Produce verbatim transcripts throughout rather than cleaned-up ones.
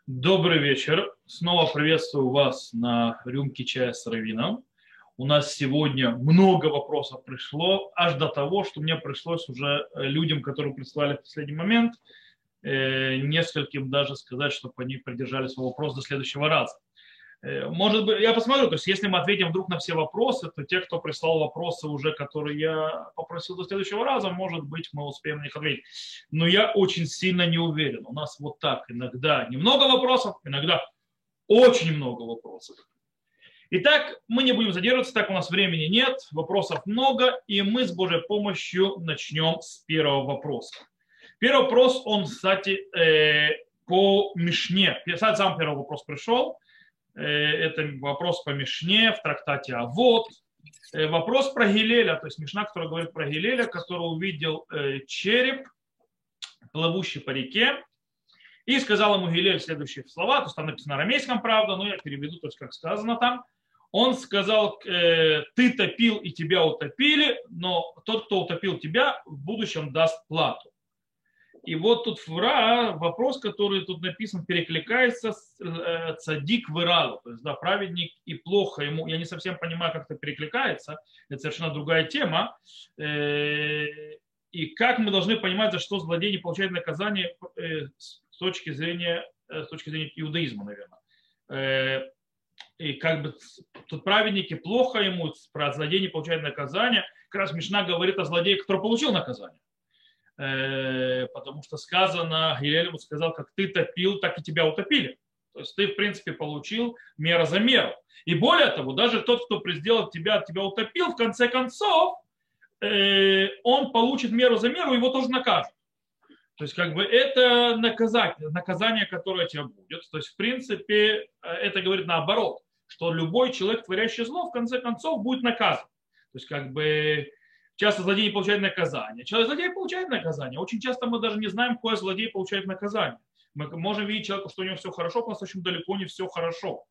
Добрый вечер. Снова приветствую вас на рюмке чая с раввином. У нас сегодня много вопросов пришло, аж до того, что мне пришлось уже э, людям, которые прислали в последний момент, э, нескольким даже сказать, чтобы они придержали свой вопрос до следующего раза. Э, Может быть, я посмотрю, то есть если мы ответим вдруг на все вопросы, то те, кто прислал вопросы уже, которые я попросил до следующего раза, может быть, мы успеем на них ответить. Но я очень сильно не уверен. У нас вот так иногда немного вопросов, иногда очень много вопросов. Итак, мы не будем задерживаться, так у нас времени нет, вопросов много, и мы с Божьей помощью начнем с первого вопроса. Первый вопрос, он, кстати, э, по Мишне. Кстати, сам первый вопрос пришел. Э, это вопрос по Мишне в трактате Авот. Э, вопрос про Гилеля, то есть Мишна, которая говорит про Гилеля, который увидел э, череп, плывущий по реке, и сказал ему Гилель следующие слова, то есть там написано на арамейском, правда, но я переведу, то есть как сказано там. Он сказал, э, ты топил и тебя утопили, но тот, кто утопил тебя, в будущем даст плату. И вот тут вра, вопрос, который тут написан, перекликается с э, цадик в иралу, то есть да, праведник и плохо ему. Я не совсем понимаю, как это перекликается, это совершенно другая тема. Э, и как мы должны понимать, за что злодей не получает наказание э, с точки зрения, э, с точки зрения иудаизма, наверное. Э, и как бы тут праведники плохо ему, про злодей не получает наказание. Как раз Мишна говорит о злодее, который получил наказание. Потому что сказано, Гилель ему сказал, как ты топил, так и тебя утопили. То есть ты, в принципе, получил мера за меру. И более того, даже тот, кто сделал тебя, тебя утопил, в конце концов, он получит меру за меру, его тоже накажут. То есть, как бы это наказание, наказание, которое тебя будет. То есть, в принципе, это говорит наоборот, что любой человек, творящий зло, в конце концов, будет наказан. То есть, как бы, часто злодей не получает наказание. Человек злодей получает наказание. Очень часто мы даже не знаем, какой злодей получает наказание. Мы можем видеть человека, что у него все хорошо, потому что очень далеко не все хорошо.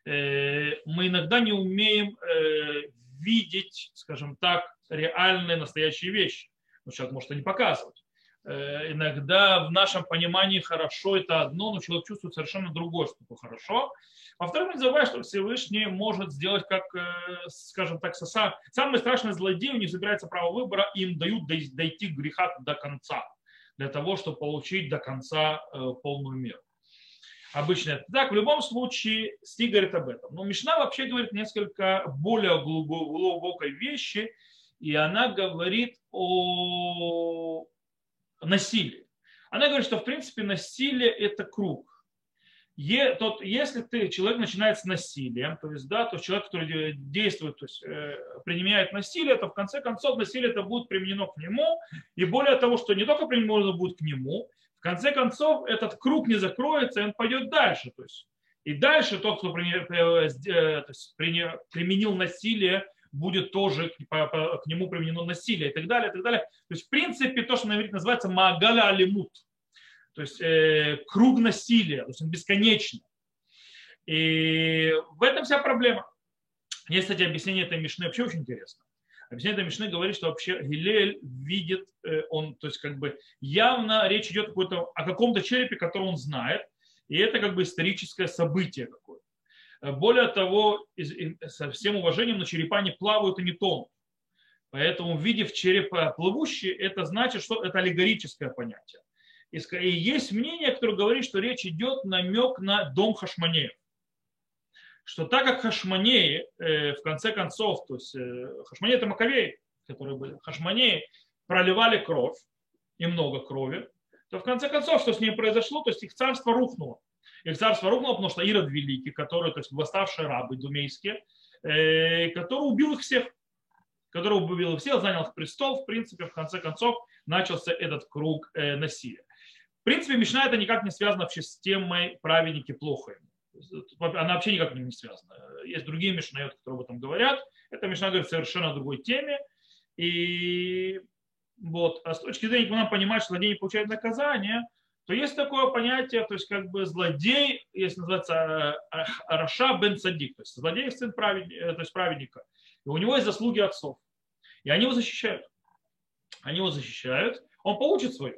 Мы иногда не умеем видеть, скажем так, реальные, настоящие вещи. Но человек может и не показывать. Иногда в нашем понимании хорошо это одно, но человек чувствует совершенно другое, что такое хорошо. Во-вторых, не забывай, что Всевышний может сделать, как, скажем так, самый страшный злодей, у них забирается право выбора, им дают дойти к греха до конца, для того, чтобы получить до конца полную меру. Обычно это так. В любом случае, стих говорит об этом. Но Мишна вообще говорит несколько более глубокой вещи, и она говорит о насилие. Она говорит, что в принципе насилие это круг. Е, тот, если ты, человек начинает с насилием, то есть, да, то есть человек, который действует, то есть, э, применяет насилие, то в конце концов насилие это будет применено к нему. И более того, что не только применено будет к нему, в конце концов этот круг не закроется, и он пойдет дальше. То есть, и дальше тот, кто при, э, то есть, при, применил насилие, будет тоже по, по, к нему применено насилие и так далее, и так далее. То есть, в принципе, то, что на иврите называется маагаля алимут, то есть э, круг насилия, то есть он бесконечный. И в этом вся проблема. Есть, кстати, объяснение этой Мишны вообще очень интересно. Объяснение этой Мишны говорит, что вообще Гилель видит, э, он, то есть как бы явно речь идет о каком-то черепе, который он знает, и это как бы историческое событие какое-то. Более того, со всем уважением, но черепа не плавают и не тонут. Поэтому, видев черепа плывущие, это значит, что это аллегорическое понятие. И есть мнение, которое говорит, что речь идет намек на дом Хашмонеев. Что так как Хашмонеи, в конце концов, то есть Хашмонеи это Маковеи, которые были, Хашмонеи проливали кровь, и много крови, то в конце концов, что с ними произошло, то есть их царство рухнуло. Их царство рухнуло, потому что Ирод Великий, который, то есть восставшие рабы думейские, э, который убил их всех, который убил их всех, занял их престол, в принципе, в конце концов, начался этот круг э, насилия. В принципе, Мишна это никак не связано вообще с темой праведники плохо ему. Она вообще никак не связана. Есть другие Мишнайот, которые об этом говорят. Эта Мишна говорит совершенно о другой теме. И вот, а с точки зрения, как нам понимать, что злодей не получает наказание, то есть такое понятие, то есть как бы злодей, если называется Раша бен Цадик, то есть злодей сын праведника, то есть праведника, и у него есть заслуги отцов, и они его защищают. Они его защищают, он получит свое.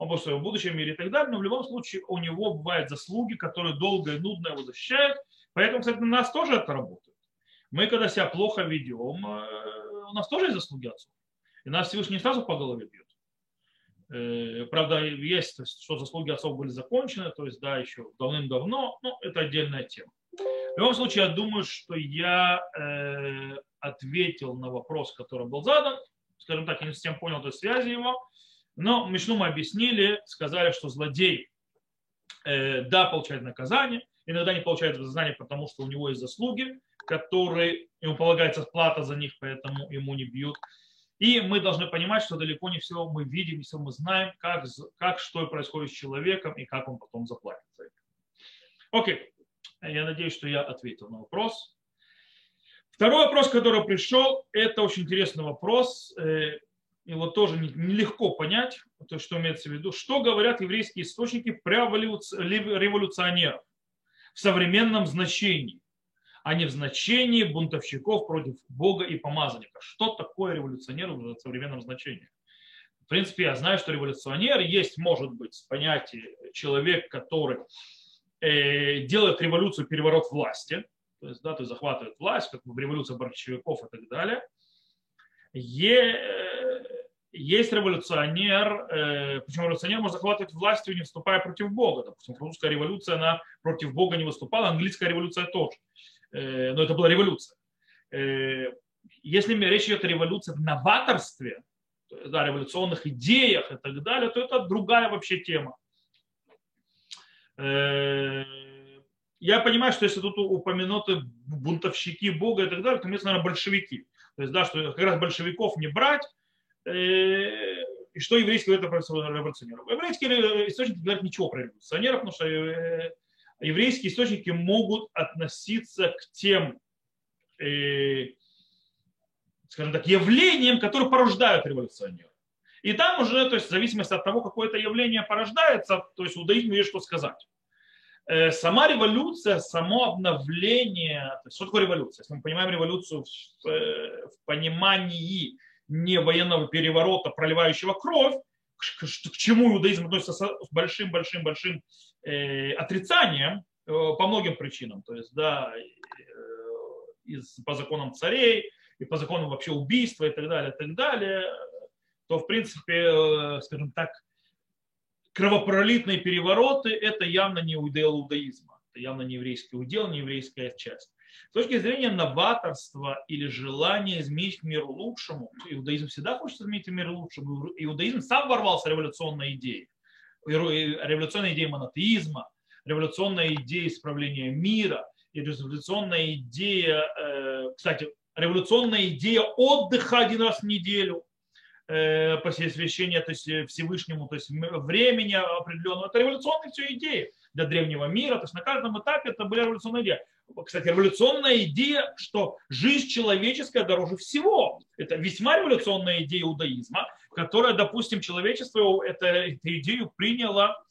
он будет в своем будущем мире и так далее, но в любом случае у него бывают заслуги, которые долго и нудно его защищают. Поэтому, кстати, на нас тоже это работает. Мы, когда себя плохо ведем, у нас тоже есть заслуги отцов. И нас Всевышний не сразу по голове бьет. Правда, есть, что заслуги отцов были закончены, то есть, да, еще давным-давно, но это отдельная тема. В любом случае, я думаю, что я э, ответил на вопрос, который был задан. Скажем так, я не совсем понял той связи его. Но Мишну мы объяснили, сказали, что злодей, э, да, получает наказание, иногда не получает наказание, потому что у него есть заслуги, которые, ему полагается плата за них, поэтому ему не бьют. И мы должны понимать, что далеко не все мы видим, не все мы знаем, как, как что происходит с человеком и как он потом заплатит за это. Окей. Я надеюсь, что я ответил на вопрос. Второй вопрос, который пришел, это очень интересный вопрос. Его тоже нелегко понять, то, что имеется в виду. Что говорят еврейские источники про революционеров в современном значении, а не в значении бунтовщиков против Бога и помазанника? Что такое революционер в современном значении? В принципе, я знаю, что революционер есть, может быть, понятие человек, который делает революцию, переворот власти, то есть, да, то есть захватывает власть, как в революции большевиков и так далее. Есть революционер, причем революционер может захватывать власть, не выступая против Бога. Допустим, французская революция, она против Бога не выступала, английская революция тоже. Но это была революция. Если речь идет о революции в новаторстве, да, революционных идеях и так далее, то это другая вообще тема. Я понимаю, что если тут упомянуты бунтовщики Бога и так далее, то имеется, наверное, большевики. То есть, да, что как раз большевиков не брать. И что еврейский говорит про революционеров? Еврейские источники говорят ничего про революционеров, потому что еврейские источники могут относиться к тем, скажем так, явлениям, которые порождают революционеров. И там уже, то есть в зависимости от того, какое это явление порождается, то есть в иудаизме есть что сказать. Сама революция, само обновление, то есть что такое революция? Если мы понимаем революцию в, в понимании не военного переворота, проливающего кровь, к, к, к чему иудаизм относится с большим-большим-большим э, отрицанием э, по многим причинам. То есть, да, э, из, по законам царей, и по законам вообще убийства и так далее, и так далее, то, в принципе, э, скажем так, кровопролитные перевороты – это явно не удел иудаизма, это явно не еврейский удел, не еврейская часть. С точки зрения новаторства или желания изменить мир к лучшему, иудаизм всегда хочет изменить мир к лучшему. Иудаизм сам ворвался в революционные идеи. Революционная идея монотеизма, революционная идея исправления мира, и революционная идея, кстати, революционная идея отдыха один раз в неделю, посвящения, то есть Всевышнему, то есть времени определенного. Это революционные все идеи для древнего мира. То есть на каждом этапе это были революционные идеи. Кстати, революционная идея, что жизнь человеческая дороже всего. Это весьма революционная идея иудаизма, которая, допустим, человечество эту, эту идею приняло,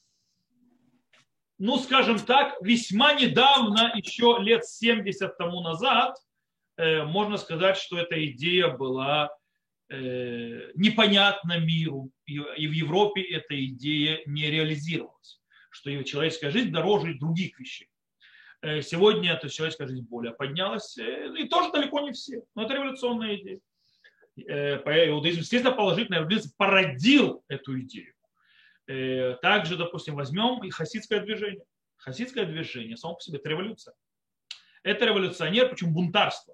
ну, скажем так, весьма недавно, еще лет семьдесят тому назад, можно сказать, что эта идея была непонятна миру, и в Европе эта идея не реализировалась, что человеческая жизнь дороже других вещей. Сегодня эта человеческая жизнь более поднялась, и тоже далеко не все, но это революционная идея. Иудаизм, естественно, положительно, иудаизм породил эту идею. Также, допустим, возьмем и хасидское движение. Хасидское движение само по себе это революция. Это революционер, почему бунтарство.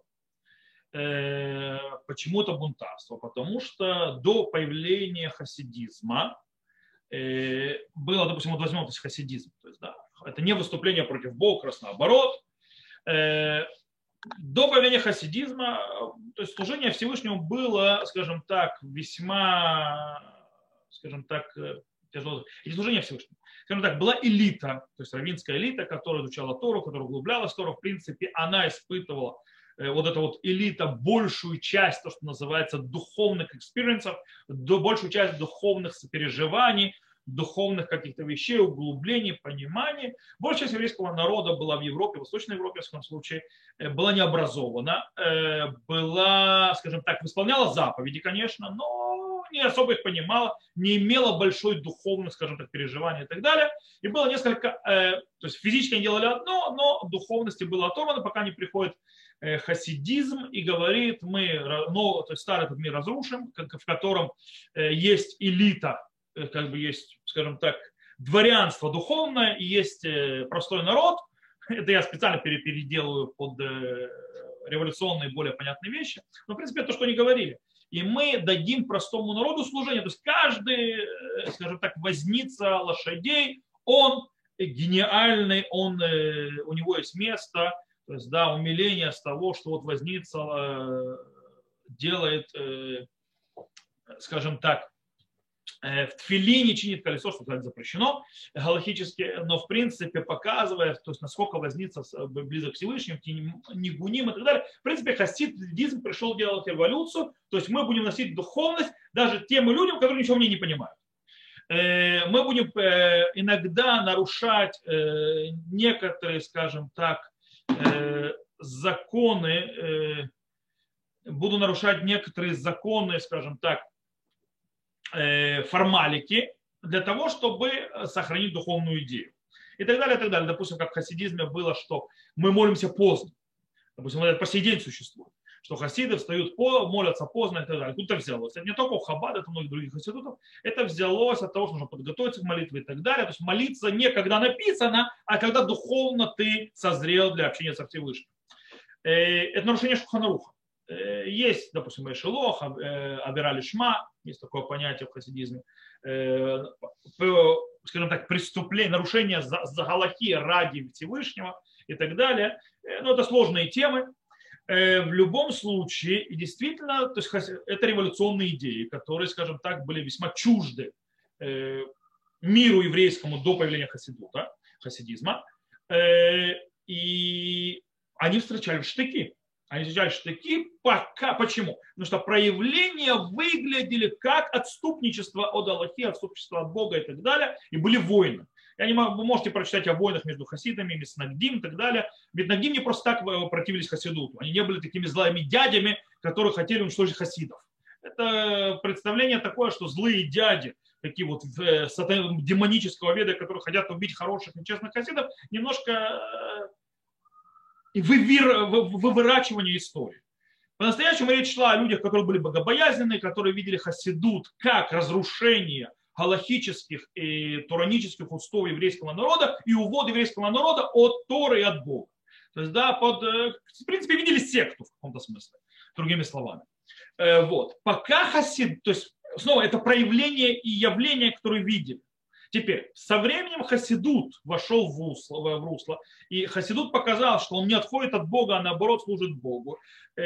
Почему это бунтарство? Потому что до появления хасидизма было, допустим, вот возьмем то есть хасидизм, то есть, да, это не выступление против Бога, как раз наоборот. До появления хасидизма, то есть служение Всевышнему было, скажем так, весьма, скажем так, тяжело. И служение Всевышнему, скажем так, была элита, то есть раввинская элита, которая изучала Тору, которая углублялась в Тору, в принципе, она испытывала вот эта вот элита большую часть, то, что называется, духовных экспириенсов, большую часть духовных сопереживаний, духовных каких-то вещей, углублений, пониманий. Большая часть еврейского народа была в Европе, в Восточной Европе, в всяком случае, была необразована, была, скажем так, исполняла заповеди, конечно, но не особо их понимала, не имела большой духовной, скажем так, переживания и так далее. И было несколько, э, то есть физически они делали одно, но в духовности было оторвано, пока не приходит э, хасидизм и говорит, мы ну, то есть старый этот мир разрушим, как, в котором э, есть элита, э, как бы есть, скажем так, дворянство духовное и есть э, простой народ. Это я специально переделаю под э, революционные, более понятные вещи. Но, в принципе, это то, что они говорили. И мы дадим простому народу служение. То есть каждый, скажем так, возница лошадей, он гениальный, он, у него есть место, то есть, да, умиление с того, что вот возница делает, скажем так, в тфилине чинит колесо, что это запрещено галахически, но в принципе показывает, то есть насколько возница близок к Всевышнему, нигуним и так далее. В принципе, хасидизм пришел делать революцию, то есть мы будем носить духовность даже тем людям, которые ничего в ней не понимают. Мы будем иногда нарушать некоторые, скажем так, законы, буду нарушать некоторые законы, скажем так, формалики для того, чтобы сохранить духовную идею. И так далее, и так далее. Допустим, как в хасидизме было, что мы молимся поздно. Допустим, это по сей день существует. Что хасиды встают, молятся поздно и так далее. Тут это взялось. Это не только у Хаббада, это у многих других хасидутов. Это взялось от того, что нужно подготовиться к молитве и так далее. То есть молиться не когда написано, а когда духовно ты созрел для общения со Всевышним. Это нарушение Шулхан Аруха. Есть, допустим, Эшелох, Авера Лишма, есть такое понятие в хасидизме, скажем так, преступление, нарушение за, за галахи ради Всевышнего и так далее. Но это сложные темы. В любом случае, и действительно, то есть это революционные идеи, которые, скажем так, были весьма чужды миру еврейскому до появления хасидута, хасидизма. И они встречали штыки. Они встречали штыки. Пока. Почему? Потому что проявления выглядели как отступничество от Аллахи, отступничество от Бога и так далее. И были войны. Я не могу, вы можете прочитать о войнах между хасидами, Миснагдим и так далее. Ведь Нагдим не просто так противились хасидуту. Они не были такими злыми дядями, которые хотели уничтожить хасидов. Это представление такое, что злые дяди, такие вот демонического вида, которые хотят убить хороших, нечестных хасидов, немножко выворачивание истории. По-настоящему речь шла о людях, которые были богобоязненные, которые видели хасидут как разрушение галахических и туранических устов еврейского народа и увод еврейского народа от Торы и от Бога. То есть, да, под, в принципе, видели секту в каком-то смысле, другими словами. Вот. Пока хасид, то есть, снова, это проявление и явление, которое видели. Теперь, со временем хасидут вошел в русло, в русло, и хасидут показал, что он не отходит от Бога, а наоборот служит Богу,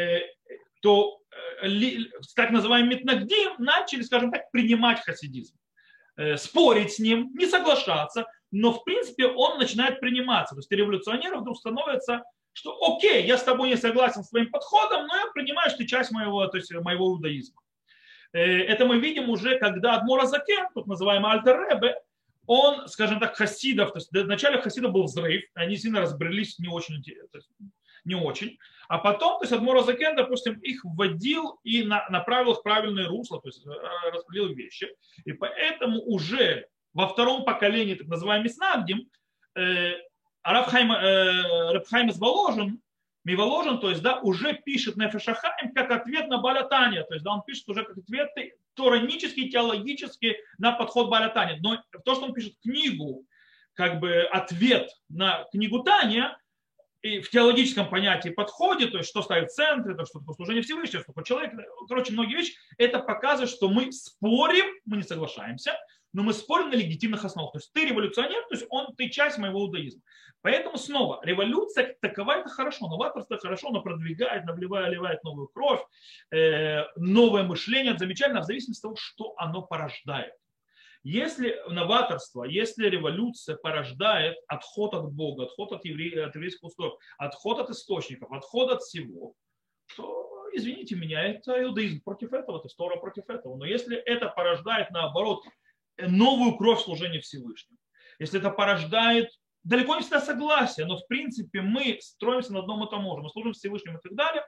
то так называемый митнагдим начали, скажем так, принимать хасидизм, спорить с ним, не соглашаться, но в принципе он начинает приниматься. То есть революционеры вдруг становятся, что окей, я с тобой не согласен с твоим подходом, но я принимаю, что ты часть моего, то есть моего иудаизма. Это мы видим уже, когда Адмор Азакен, тут называемый Альтер Ребе, он, скажем так, хасидов, то есть вначале хасидов был взрыв, они сильно разбрелись не очень, то есть не очень, а потом, то есть Адмор Азакен, допустим, их вводил и на, направил их в правильное русло, то есть распределил вещи, и поэтому уже во втором поколении, так называемый Миснагдим, э, Рабхайм э, из Воложен, Миволожен, то есть, да, уже пишет Нефеш ха-Хаим как ответ на Бааля Тания, то есть, да, он пишет уже как ответ торанический, теологический на подход Бааля Тания. Но то, что он пишет книгу, как бы ответ на книгу Тания, и в теологическом понятии подходе, то есть, что ставит в центре, то, что такое служение Всевышнего, что такое человек, короче, многие вещи, это показывает, что мы спорим, мы не соглашаемся, но мы спорим на легитимных основах. То есть ты революционер, то есть он, ты часть моего иудаизма. Поэтому снова, революция как таковая, это хорошо, новаторство хорошо, оно продвигает, наливает, наливает новую кровь, э, новое мышление, это замечательно, в зависимости от того, что оно порождает. Если новаторство, если революция порождает отход от Бога, отход от, евре... от еврейских устоев, отход от источников, отход от всего, то, извините меня, это иудаизм против этого, это Тора против этого. Но если это порождает, наоборот, новую кровь служения Всевышнему, если это порождает далеко не всегда согласие, но в принципе мы строимся на одном и том же, мы служим Всевышнему и так далее,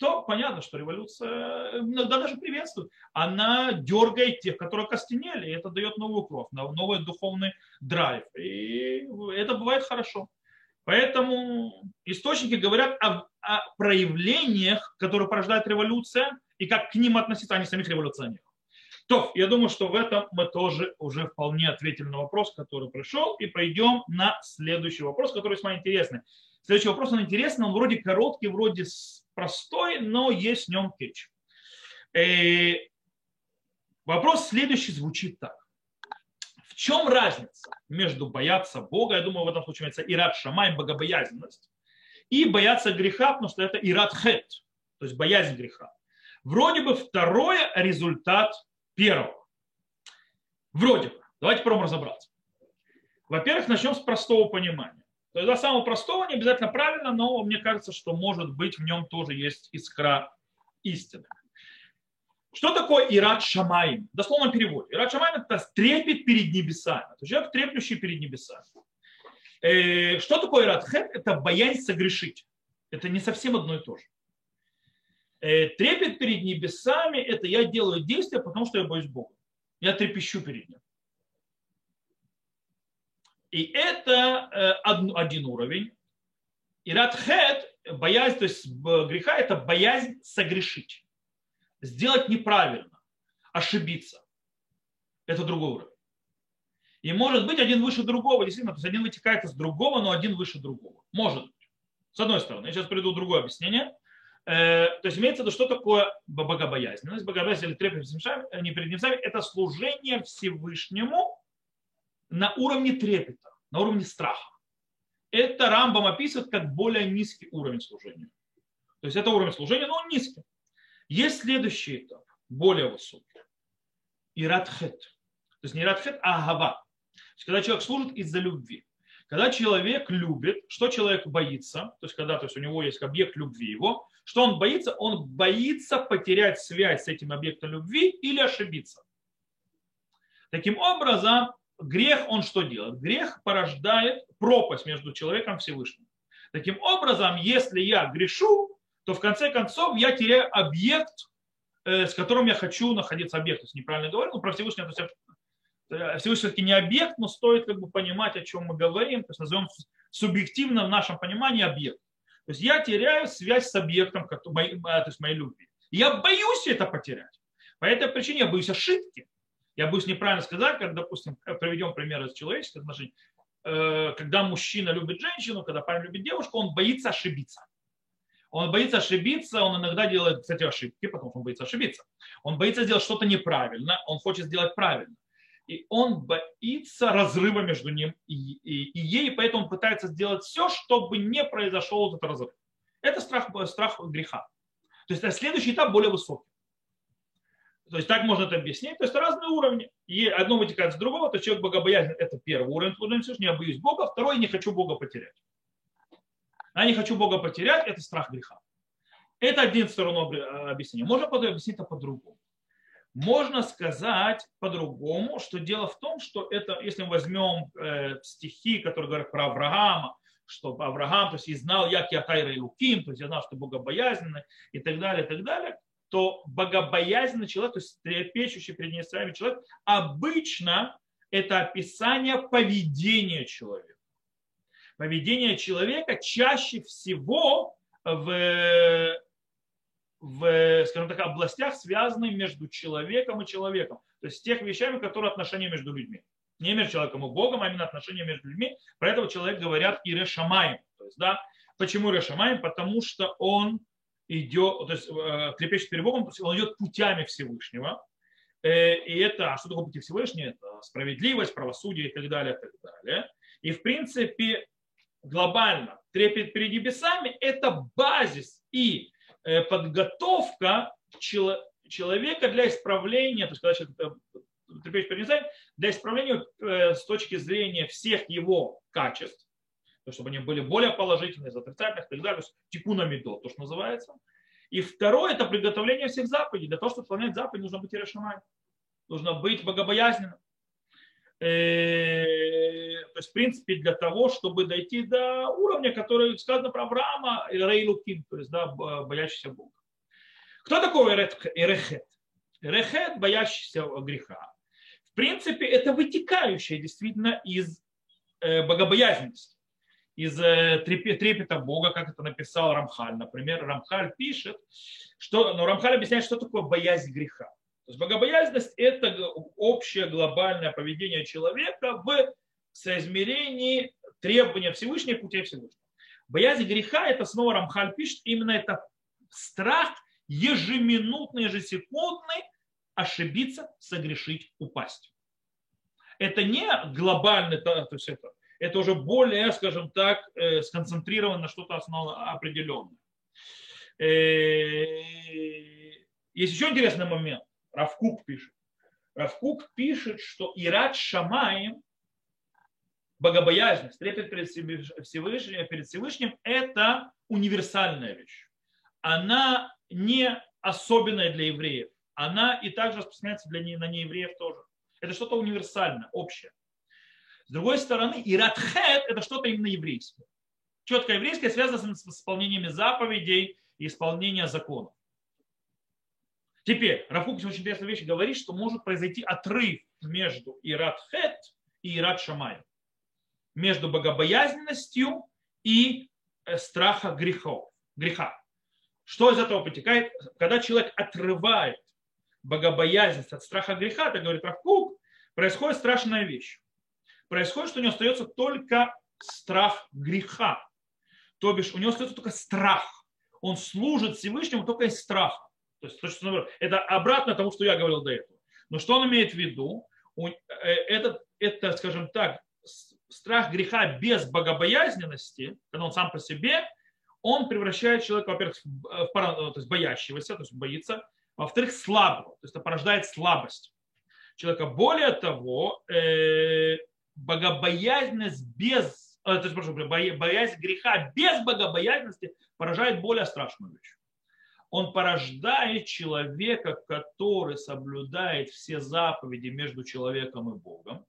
то понятно, что революция иногда даже приветствует. Она дергает тех, которые костенели, и это дает новую кровь, новый духовный драйв. И это бывает хорошо. Поэтому источники говорят о, о проявлениях, которые порождает революция, и как к ним относиться, а не самих революционеров. То, я думаю, что в этом мы тоже уже вполне ответили на вопрос, который пришел, и пойдем на следующий вопрос, который весьма интересный. Следующий вопрос, он интересный, он вроде короткий, вроде простой, но есть в нем кетч. И вопрос следующий звучит так. В чем разница между бояться Бога, я думаю, в этом случае является ират шамай, богобоязненность, и бояться греха, потому что это ират хет, то есть боязнь греха. Вроде бы второе результат первого. Вроде бы. Давайте попробуем разобраться. Во-первых, начнем с простого понимания. То есть, до самого простого не обязательно правильно, но мне кажется, что может быть в нем тоже есть искра истины. Что такое ират шамаим? В дословном переводе. Ират шамаим – это трепет перед небесами. То есть человек, треплющий перед небесами. Что такое ират хет? Это боязнь согрешить. Это не совсем одно и то же. Трепет перед небесами – это я делаю действия, потому что я боюсь Бога. Я трепещу перед Ним. И это один уровень. Ират хет, боязнь, то есть греха – это боязнь согрешить. Сделать неправильно, ошибиться. Это другой уровень. И может быть один выше другого, действительно, то есть один вытекает из другого, но один выше другого. Может быть. С одной стороны, я сейчас приду другое объяснение. То есть имеется в виду, что такое богобоязненность. Богобоязненность или трепет не перед небесами – это служение Всевышнему на уровне трепета, на уровне страха. Это Рамбам описывает как более низкий уровень служения. То есть это уровень служения, но он низкий. Есть следующий этап, более высокий. Ират хет. То есть не ират хет, а агава. То есть когда человек служит из-за любви. Когда человек любит, что человек боится, то есть когда то есть у него есть объект любви его, что он боится? Он боится потерять связь с этим объектом любви или ошибиться. Таким образом, грех он что делает? Грех порождает пропасть между человеком и Всевышним. Таким образом, если я грешу, то в конце концов я теряю объект, с которым я хочу находиться. Объект, то есть неправильно говорю, но про Всевышний, то есть Всевышний все-таки не объект, но стоит как бы понимать, о чем мы говорим, то есть назовем субъективно в нашем понимании объект. То есть я теряю связь с объектом, то есть моей любви. Я боюсь это потерять. По этой причине я боюсь ошибки. Я боюсь неправильно сказать, как, допустим, приведем пример из человеческих отношений. Когда мужчина любит женщину, когда парень любит девушку, он боится ошибиться. Он боится ошибиться, он иногда делает, кстати, ошибки, потому что он боится ошибиться. Он боится сделать что-то неправильно, он хочет сделать правильно. И он боится разрыва между ним и, и, и ей, поэтому он пытается сделать все, чтобы не произошел этот разрыв. Это страх, страх греха. То есть следующий этап более высокий. То есть так можно это объяснить. То есть разные уровни. И одно вытекает с другого. То есть человек богобоязнен – это первый уровень служения Всевышнего. Я боюсь Бога. Второй – не хочу Бога потерять. А не хочу Бога потерять – это страх греха. Это один сторону объяснения. Можно объяснить это по-другому. Можно сказать по-другому, что дело в том, что это, если мы возьмем э, стихи, которые говорят про Авраама, что Авраам, то есть и знал, як я тайра и луким, то есть я знал, что богобоязненный и так далее, и так далее, то богобоязненный человек, то есть трепещущий перед небесами человек, обычно это описание поведения человека. Поведение человека чаще всего в в, скажем так, областях, связанных между человеком и человеком. То есть тех вещами, которые отношения между людьми. Не между человеком и Богом, а именно отношения между людьми. Про этого человек говорят ире шамаим. То есть, да, почему ире шамаим? Потому что он идет, то есть трепещет перед Богом, то есть он идет путями Всевышнего. И это, а что такое пути Всевышнего? Это справедливость, правосудие и так далее, и так далее. И в принципе глобально трепет перед небесами – это базис и подготовка человека для исправления, то есть когда человек трепещет перед небесами, для исправления с точки зрения всех его качеств, чтобы они были более положительные, отрицательных и так далее, то есть тикуна мидот, то, что называется. И второе – это приготовление всех заповедей. Для того, чтобы выполнять заповеди, нужно быть ире-шамай, нужно быть богобоязненным. То есть, в принципе, для того, чтобы дойти до уровня, который сказано про Авраама, рей луким, то есть, да, боящийся Бога. Кто такой эрехет? Эрехет, боящийся греха. В принципе, это вытекающее действительно из богобоязненности, из трепета Бога, как это написал Рамхаль. Например, Рамхаль пишет, что, ну, Рамхаль объясняет, что такое боязнь греха. То есть богобоязненность – это общее глобальное поведение человека в соизмерении требования Всевышнего и путей Всевышнего. Боязнь греха – это снова Рамхаль пишет, именно это страх ежеминутный, ежесекундный ошибиться, согрешить, упасть. Это не глобальный, то есть это, это уже более, скажем так, сконцентрировано на что-то основное определенное. Есть еще интересный момент. Рав Кук пишет. Рав Кук пишет, что ират шамаим, богобоязненность, трепет перед Всевышним, перед Всевышним, это универсальная вещь. Она не особенная для евреев. Она и также распространяется для не, на неевреев тоже. Это что-то универсальное, общее. С другой стороны, иратхет – это что-то именно еврейское. Четко еврейское, связано с исполнением заповедей и исполнением законов. Теперь, Рав Кук очень интересную вещь говорит, что может произойти отрыв между иратхет и ират шамай. Между богобоязненностью и страхом грехов, греха. Что из этого вытекает? Когда человек отрывает богобоязненность от страха греха, так говорит Рав Кук, происходит страшная вещь. Происходит, что у него остается только страх греха. То бишь у него остается только страх. Он служит Всевышнему только из страха. То есть, это обратно тому, что я говорил до этого. Но что он имеет в виду? Это, это, скажем так, страх греха без богобоязненности, когда он сам по себе, он превращает человека, во-первых, в то есть боящегося, то есть боится, во-вторых, слабого, то есть это порождает слабость человека. Более того, богобоязненность без, то есть, прошу, боязнь греха без богобоязненности поражает более страшную вещь. Он порождает человека, который соблюдает все заповеди между человеком и Богом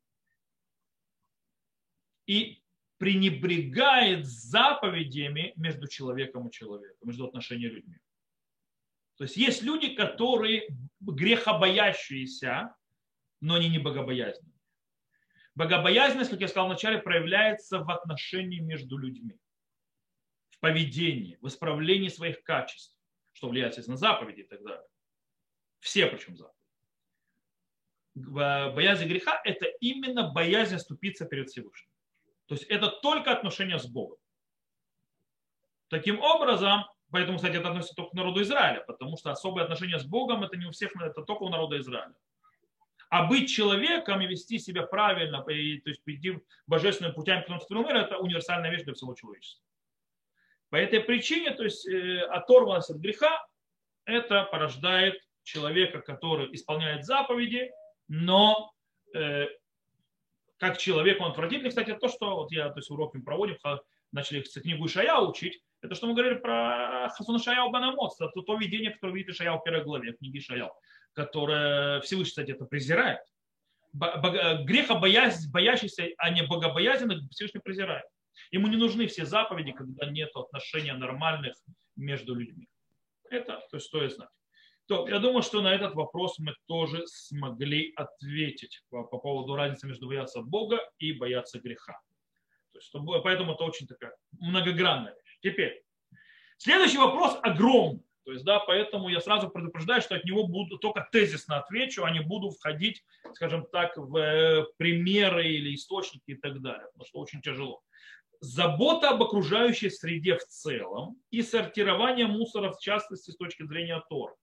и пренебрегает заповедями между человеком и человеком, между отношениями людьми. То есть есть люди, которые грехобоящиеся, но они не богобоязненные. Богобоязненность, как я сказал вначале, проявляется в отношении между людьми, в поведении, в исправлении своих качеств, что влияет, естественно, на заповеди и так далее. Все причем заповеди. Боязнь греха – это именно боязнь оступиться перед Всевышним. То есть это только отношения с Богом. Таким образом, поэтому, кстати, это относится только к народу Израиля, потому что особые отношения с Богом – это не у всех, это только у народа Израиля. А быть человеком и вести себя правильно, и, то есть идти божественными путями к концу мира – это универсальная вещь для всего человечества. По этой причине, то есть оторванность от греха, это порождает человека, который исполняет заповеди, но э, как человек он отвратительный. Кстати, то, что вот я, то есть уроки мы проводим, начали книгу Ишаяу учить, это что мы говорили про Хазон Ишаяу бен Амоц, это то видение, которое видит Ишаяу в первой главе книги Ишаяу, которое Всевышний, кстати, это презирает. Греха боящийся, а не богобоязненный, Всевышний презирает. Ему не нужны все заповеди, когда нет отношений нормальных между людьми. Это то есть, стоит знать. То, я думаю, что на этот вопрос мы тоже смогли ответить по, по поводу разницы между бояться Бога и бояться греха. То есть, поэтому это очень такая многогранная вещь. Теперь, следующий вопрос огромный. То есть, да, поэтому я сразу предупреждаю, что от него буду только тезисно отвечу, а не буду входить, скажем так, в примеры или источники и так далее, потому что очень тяжело. Забота об окружающей среде в целом и сортирование мусора, в частности, с точки зрения Торы.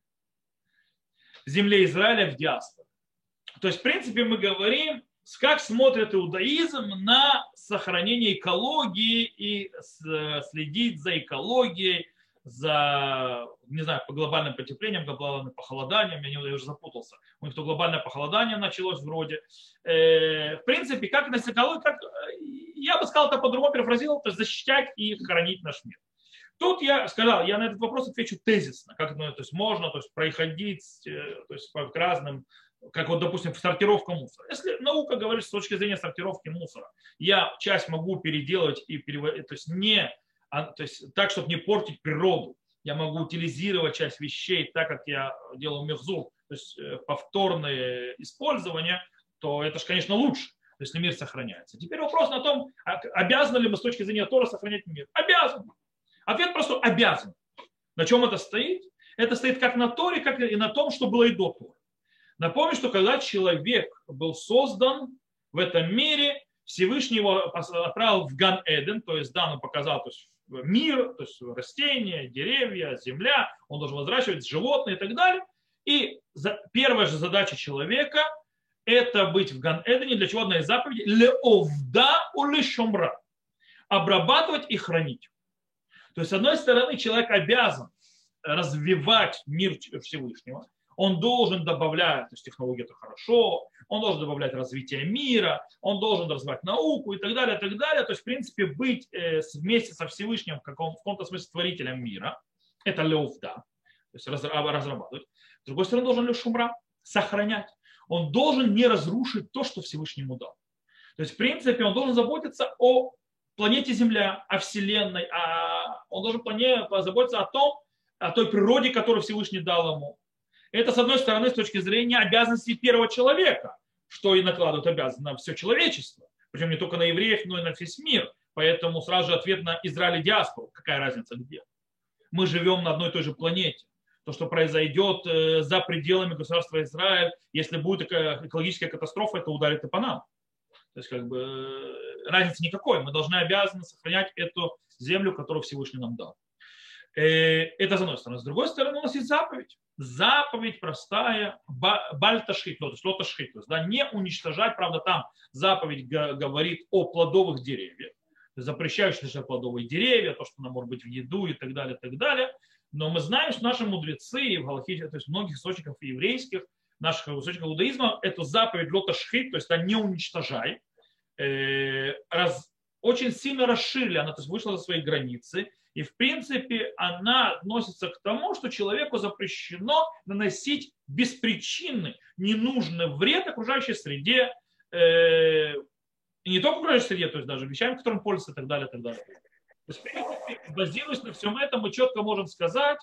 В земле Израиля, в диаспоре. То есть, в принципе, мы говорим, как смотрит иудаизм на сохранение экологии и следить за экологией, за, не знаю, по глобальным потеплениям, глобальным похолоданием, я уже запутался. У них то глобальное похолодание началось вроде. В принципе, как на экологию, как, я бы сказал это по-другому, перефразировал, то есть защищать и хранить наш мир. Тут я сказал, я на этот вопрос отвечу тезисно, как ну, то есть можно то есть, проходить то есть, по разным, как вот, допустим, сортировка мусора. Если наука говорит с точки зрения сортировки мусора, я часть могу переделать и переводить, то есть не, то есть так, чтобы не портить природу, я могу утилизировать часть вещей так, как я делаю мехзур, то есть повторное использование, то это же, конечно, лучше, если мир сохраняется. Теперь вопрос на том, обязаны ли мы с точки зрения Тора сохранять мир. Обязаны. Ответ просто обязан. На чем это стоит? Это стоит как на Торе, как и на том, что было и до Торы. Напомню, что когда человек был создан в этом мире, Всевышний его отправил в Ган-Эден, то есть да, он показал то есть, мир, то есть растения, деревья, земля, он должен возращивать животные и так далее. И первая же задача человека – это быть в Ган-Эдене, для чего одна из заповедей – леовда улешомра – обрабатывать и хранить. То есть, с одной стороны, человек обязан развивать мир Всевышнего, он должен добавлять, то есть технологии это хорошо, он должен добавлять развитие мира, он должен развивать науку и так далее, и так далее. То есть, в принципе, быть вместе со Всевышним в каком-то смысле творителем мира, это леовда, то есть разрабатывать. С другой стороны, должен лешумра, сохранять. Он должен не разрушить то, что Всевышний ему дал. То есть, в принципе, он должен заботиться о планете Земля, о Вселенной, о... он должен позаботиться о том, о той природе, которую Всевышний дал ему. Это, с одной стороны, с точки зрения обязанностей первого человека, что и накладывает обязанность на все человечество. Причем не только на евреев, но и на весь мир. Поэтому сразу же ответ на Израиль и диаспору. Какая разница где? Мы живем на одной и той же планете. То, что произойдет за пределами государства Израиль, если будет экологическая катастрофа, это ударит и по нам. То есть, как бы, разницы никакой. Мы должны обязаны сохранять эту землю, которую Всевышний нам дал. Это с одной стороны. С другой стороны, у нас есть заповедь. Заповедь простая, бальташхит, то есть лоташхит, то есть да, не уничтожать, правда, там заповедь говорит о плодовых деревьях, запрещающие лишь плодовые деревья, то, что нам может быть в еду и так далее, и так далее. Но мы знаем, что наши мудрецы в галахите, то есть в многих источниках еврейских, наших источниках иудаизма, эту заповедь лоташхит, то есть да, не уничтожай, раз, очень сильно расширили, она то есть вышла за свои границы. И, в принципе, она относится к тому, что человеку запрещено наносить беспричинный, ненужный вред окружающей среде, э, и не только окружающей среде, то есть даже вещами, которым пользуются и так далее, и так далее. То есть, в принципе, базируясь на всем этом, мы четко можем сказать,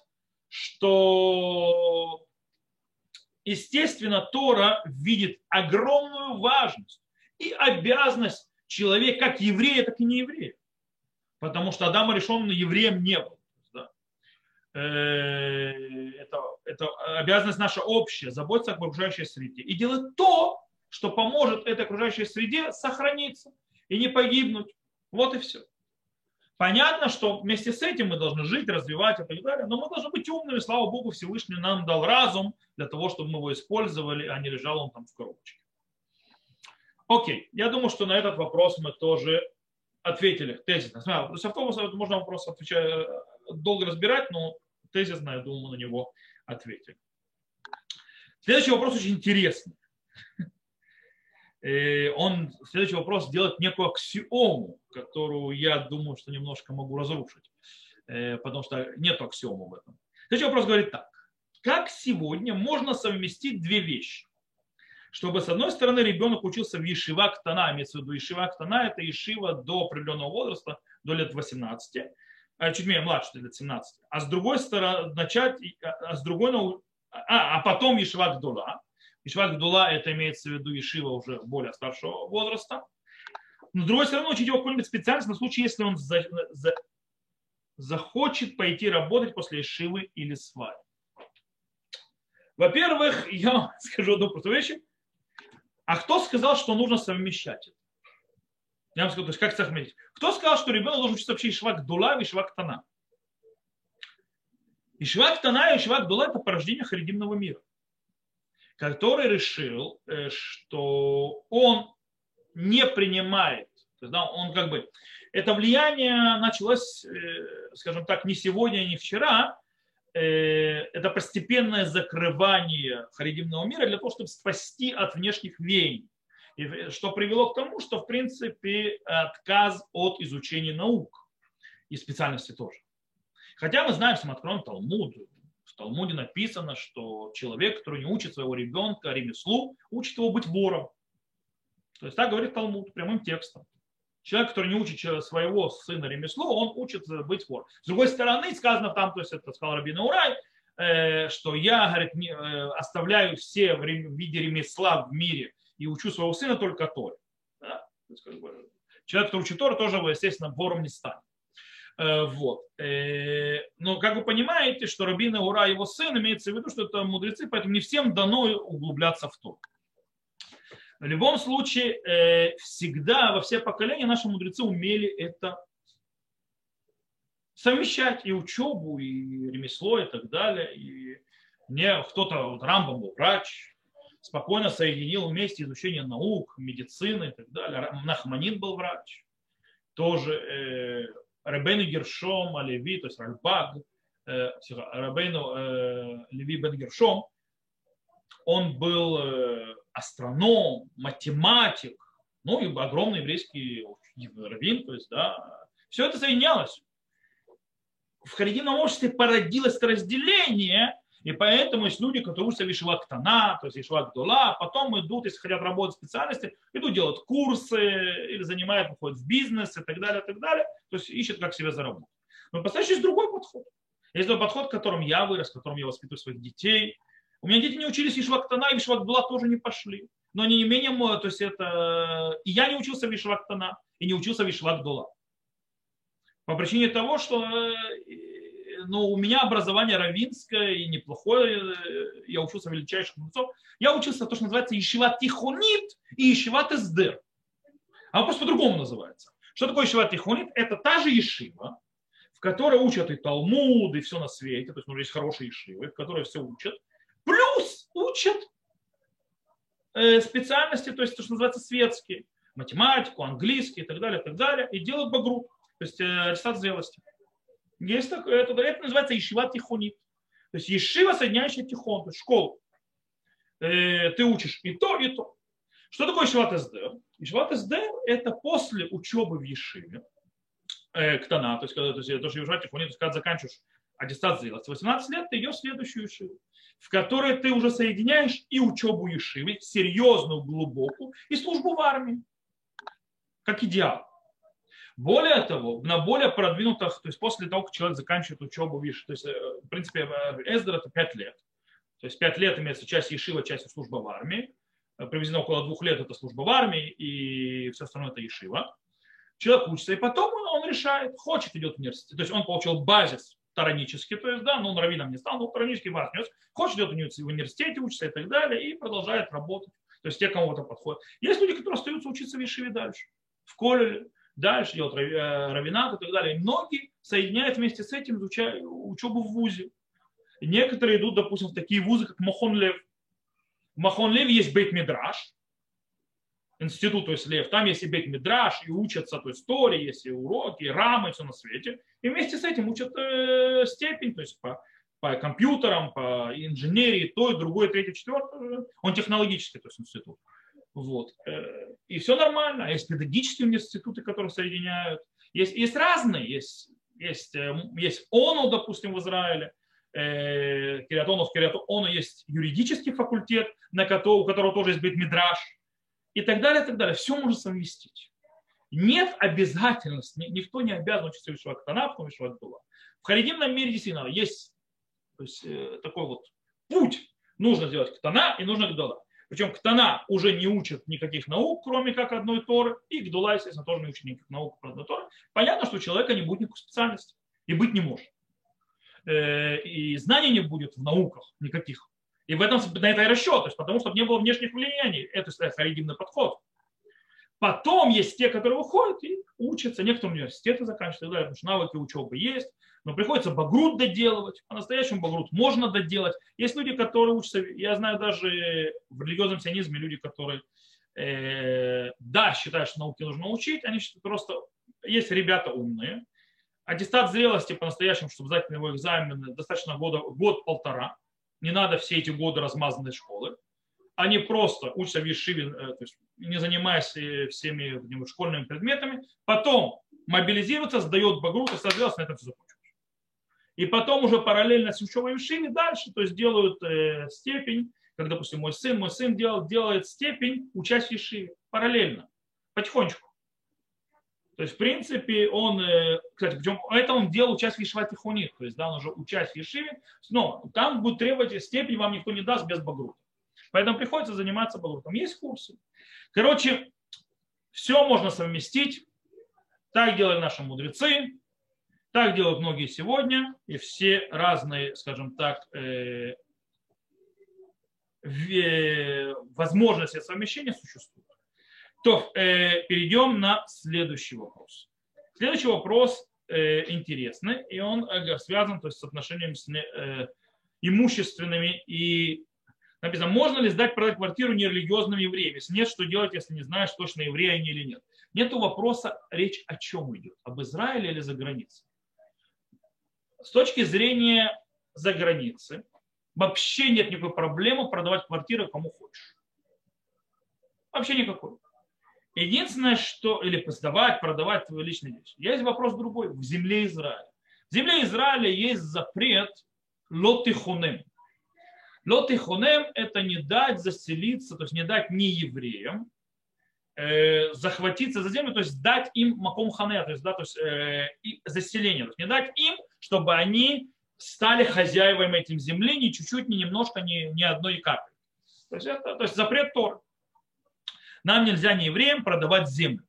что, естественно, Тора видит огромную важность и обязанность человека, как еврея, так и не еврея. Потому что Адам решен евреем не был. Да. Это, это обязанность наша общая, заботиться об окружающей среде. И делать то, что поможет этой окружающей среде сохраниться и не погибнуть. Вот и все. Понятно, что вместе с этим мы должны жить, развивать и так далее, но мы должны быть умными. Слава Богу, Всевышний нам дал разум для того, чтобы мы его использовали, а не лежал он там в коробочке. Окей, я думаю, что на этот вопрос мы тоже ответили тезисно. То есть автобуса можно вопрос отвечать, долго разбирать, но тезисно, я думаю, мы на него ответили. Следующий вопрос очень интересный. Он, следующий вопрос делает некую аксиому, которую я думаю, что немножко могу разрушить, потому что нет аксиомы в этом. Следующий вопрос говорит так. Как сегодня можно совместить две вещи? Чтобы, с одной стороны, ребенок учился в ешива ктана, имеется в виду ешива ктана, это ешива до определенного возраста, до лет восемнадцати, чуть менее младше, до лет семнадцати, а с другой стороны, начать, а, с другой, а, а потом ешива гдула. Ешива гдула, это имеется в виду ешива уже более старшего возраста. Но, с другой стороны, учить его какой-нибудь специальность на случай, если он за, за, захочет пойти работать после ешивы или сваи. Во-первых, я скажу одну простую вещь. А кто сказал, что нужно совмещать это? Я вам скажу, то есть как совместить? Кто сказал, что ребенок должен учиться вообще ешива гдула и ешива ктана? Ешива ктана и ешива гдула – это порождение харидимного мира, который решил, что он не принимает, то есть, да, он как бы, это влияние началось, скажем так, не сегодня, не вчера. Это постепенное закрывание харидимного мира для того, чтобы спасти от внешних веяний. И что привело к тому, что, в принципе, отказ от изучения наук и специальности тоже. Хотя мы знаем, если мы откроем Талмуд, в Талмуде написано, что человек, который не учит своего ребенка ремеслу, учит его быть вором. То есть так говорит Талмуд прямым текстом. Человек, который не учит своего сына ремеслу, он учит быть вором. С другой стороны, сказано там, то есть это сказал Рабейну Урай, что я, говорит, не, оставляю все в виде ремесла в мире и учу своего сына только Торе. Да? Человек, который учит Тору, тоже, естественно, вором не станет. Вот. Но как вы понимаете, что Рабейну Урай, его сын, имеется в виду, что это мудрецы, поэтому не всем дано углубляться в Тору. В любом случае, всегда, во все поколения наши мудрецы умели это совмещать, и учебу, и ремесло, и так далее. И мне кто-то, вот Рамбам был врач, спокойно соединил вместе изучение наук, медицины и так далее. Нахманин был врач. Тоже э, Рабейну Гершом Алеви, то есть Ральбаг, э, Рабейну э, Леви бен Гершом, он был э, астроном, математик, ну и огромный еврейский раввин, то есть, да, все это соединялось. В харидимном обществе породилось это разделение, и поэтому есть люди, которые учатся в Ешива Ктана, то есть Ешива Гдола, потом идут, если хотят работать в специальности, идут делать курсы или занимают, выходят в бизнес и так далее, и так далее, то есть ищут, как себе заработать. Но по-настоящему есть другой подход. Есть другой подход, в котором я вырос, в котором я воспитываю своих детей. У меня дети не учились в Ешива Ктана, и в Ешива Гдола тоже не пошли. Но они не менее, то есть это... И я не учился в Ешива Ктана, и не учился в Ешива Гдола. По причине того, что ну, у меня образование раввинское и неплохое, я учился в величайших мудрецов. Я учился то, что называется Ешива Тихонит и Ешива Эсдер. А вопрос по-другому называется. Что такое Ешива Тихонит? Это та же ешива, в которой учат и Талмуд, и все на свете. То есть, ну, есть хорошие ешивы, в которой все учат. Плюс учат э, специальности, то есть то, что называется светские. Математику, английский и так далее, и так далее. И делают багрут, то есть э, аттестат зрелости. Есть такое, это, это называется ешива тихонит. То есть ешива, соединяющая тихон, то есть школу. Э, ты учишь и то, и то. Что такое ешива эсдер? Ешива эсдер – это после учебы в ешиве, э, ктана, то есть когда то есть, то, что ешива тихонит, то есть когда заканчиваешь аттестат зрелости, восемнадцать лет ты идешь в следующую ешиву, в которой ты уже соединяешь и учебу ешивы, серьезную, глубокую, и службу в армии, как идеал. Более того, на более продвинутых, то есть после того, как человек заканчивает учебу в ешиве, то есть, в принципе, эсдер это пять лет. То есть пять лет имеется часть ешива, часть служба в армии. Приблизительно около двух лет это служба в армии, и все остальное это ешива. Человек учится, и потом он, он решает, хочет, идет в университет. То есть он получил базис таранический, то есть, да, но он раввином не стал, но таранический базис нес. Хочет, идет в университете, учится и так далее, и продолжает работать. То есть те, кому это подходит. Есть люди, которые остаются учиться в ешиве дальше, в колледже. Дальше делают раввинат и так далее. И многие соединяют вместе с этим изучая учебу в вузе. И некоторые идут, допустим, в такие вузы, как Махон Лев. В Махон Леве есть Бейт-Мидраш, институт, то есть Лев. Там есть и Бейт-Мидраш, и учатся, то есть Торе, есть и уроки, и рамы, и все на свете. И вместе с этим учат э, степень, то есть по, по компьютерам, по инженерии, то, и другое, третье, четвертое. Он технологический, то есть институт. Вот. И все нормально. Есть педагогические институты, которые соединяют. Есть, есть разные. Есть, есть, есть ОНУ, допустим, в Израиле. Кирьят Ону, в Кирьят Ону есть юридический факультет, на которого, у которого тоже есть бейт-мидраш. И так далее, и так далее. Все можно совместить. Нет обязательности. Никто не обязан учиться в ешива ктана, в ешива гдола. В харидимном мире действительно есть то есть, такой вот путь. Нужно сделать ктана и нужно гдола. Причем ктана уже не учит никаких наук, кроме как одной Торы, и гдула, естественно, тоже не учит никаких наук, кроме одной Торы. Понятно, что у человека не будет никакой специальности, и быть не может. И знаний не будет в науках никаких. И в этом, на это и расчет, то есть потому что не было внешних влияний. Это харидимный подход. Потом есть те, которые выходят и учатся, некоторые университеты заканчивают, потому что навыки учебы есть, но приходится багрут доделывать. По-настоящему багрут можно доделать. Есть люди, которые учатся, я знаю даже в религиозном сионизме люди, которые, э, да, считают, что науки нужно учить, они считают просто, есть ребята умные. Аттестат зрелости по-настоящему, чтобы сдать на его экзамены, достаточно года, год-полтора. Не надо все эти годы размазанной школы. Они просто учатся в ешиве, то есть не занимаясь всеми школьными предметами, потом мобилизируются, сдает багрут и соответственно на этом все закончилось. И потом уже параллельно с учебой в ешиве дальше, то есть делают э, степень, как, допустим, мой сын, мой сын делает, делает степень учась в ешиве параллельно, потихонечку. То есть, в принципе, он, кстати, причем это он делал часть Ешива Тихонит, то есть, да, он уже учась в Ешиве, но там будет требовать степень, вам никто не даст без багрута. Поэтому приходится заниматься багрутом. Есть курсы. Короче, все можно совместить. Так делали наши мудрецы, так делают многие сегодня, и все разные, скажем так, э, возможности совмещения существуют. То э, перейдем на следующий вопрос. Следующий вопрос э, интересный, и он э, связан, то есть, с отношением с э, имущественными. И написано, можно ли сдать, продать квартиру нерелигиозным евреям? Если нет, что делать, если не знаешь, точно евреи они или нет? Нету вопроса, речь о чем идет, об Израиле или за границей. С точки зрения за границы, вообще нет никакой проблемы продавать квартиру кому хочешь. Вообще никакой. Единственное, что, или сдавать, продавать твои личные вещи. Есть вопрос другой. В земле Израиля. В земле Израиля есть запрет лотихонем. Лотихонем – это не дать заселиться, то есть не дать не евреям э, захватиться за землю, то есть дать им маком хане, то есть, да, то есть э, заселение. То есть не дать им, чтобы они стали хозяевами этим земли ни чуть-чуть, ни немножко, ни, ни одной капли. То есть, это, то есть запрет Торы. Нам нельзя не евреям продавать землю.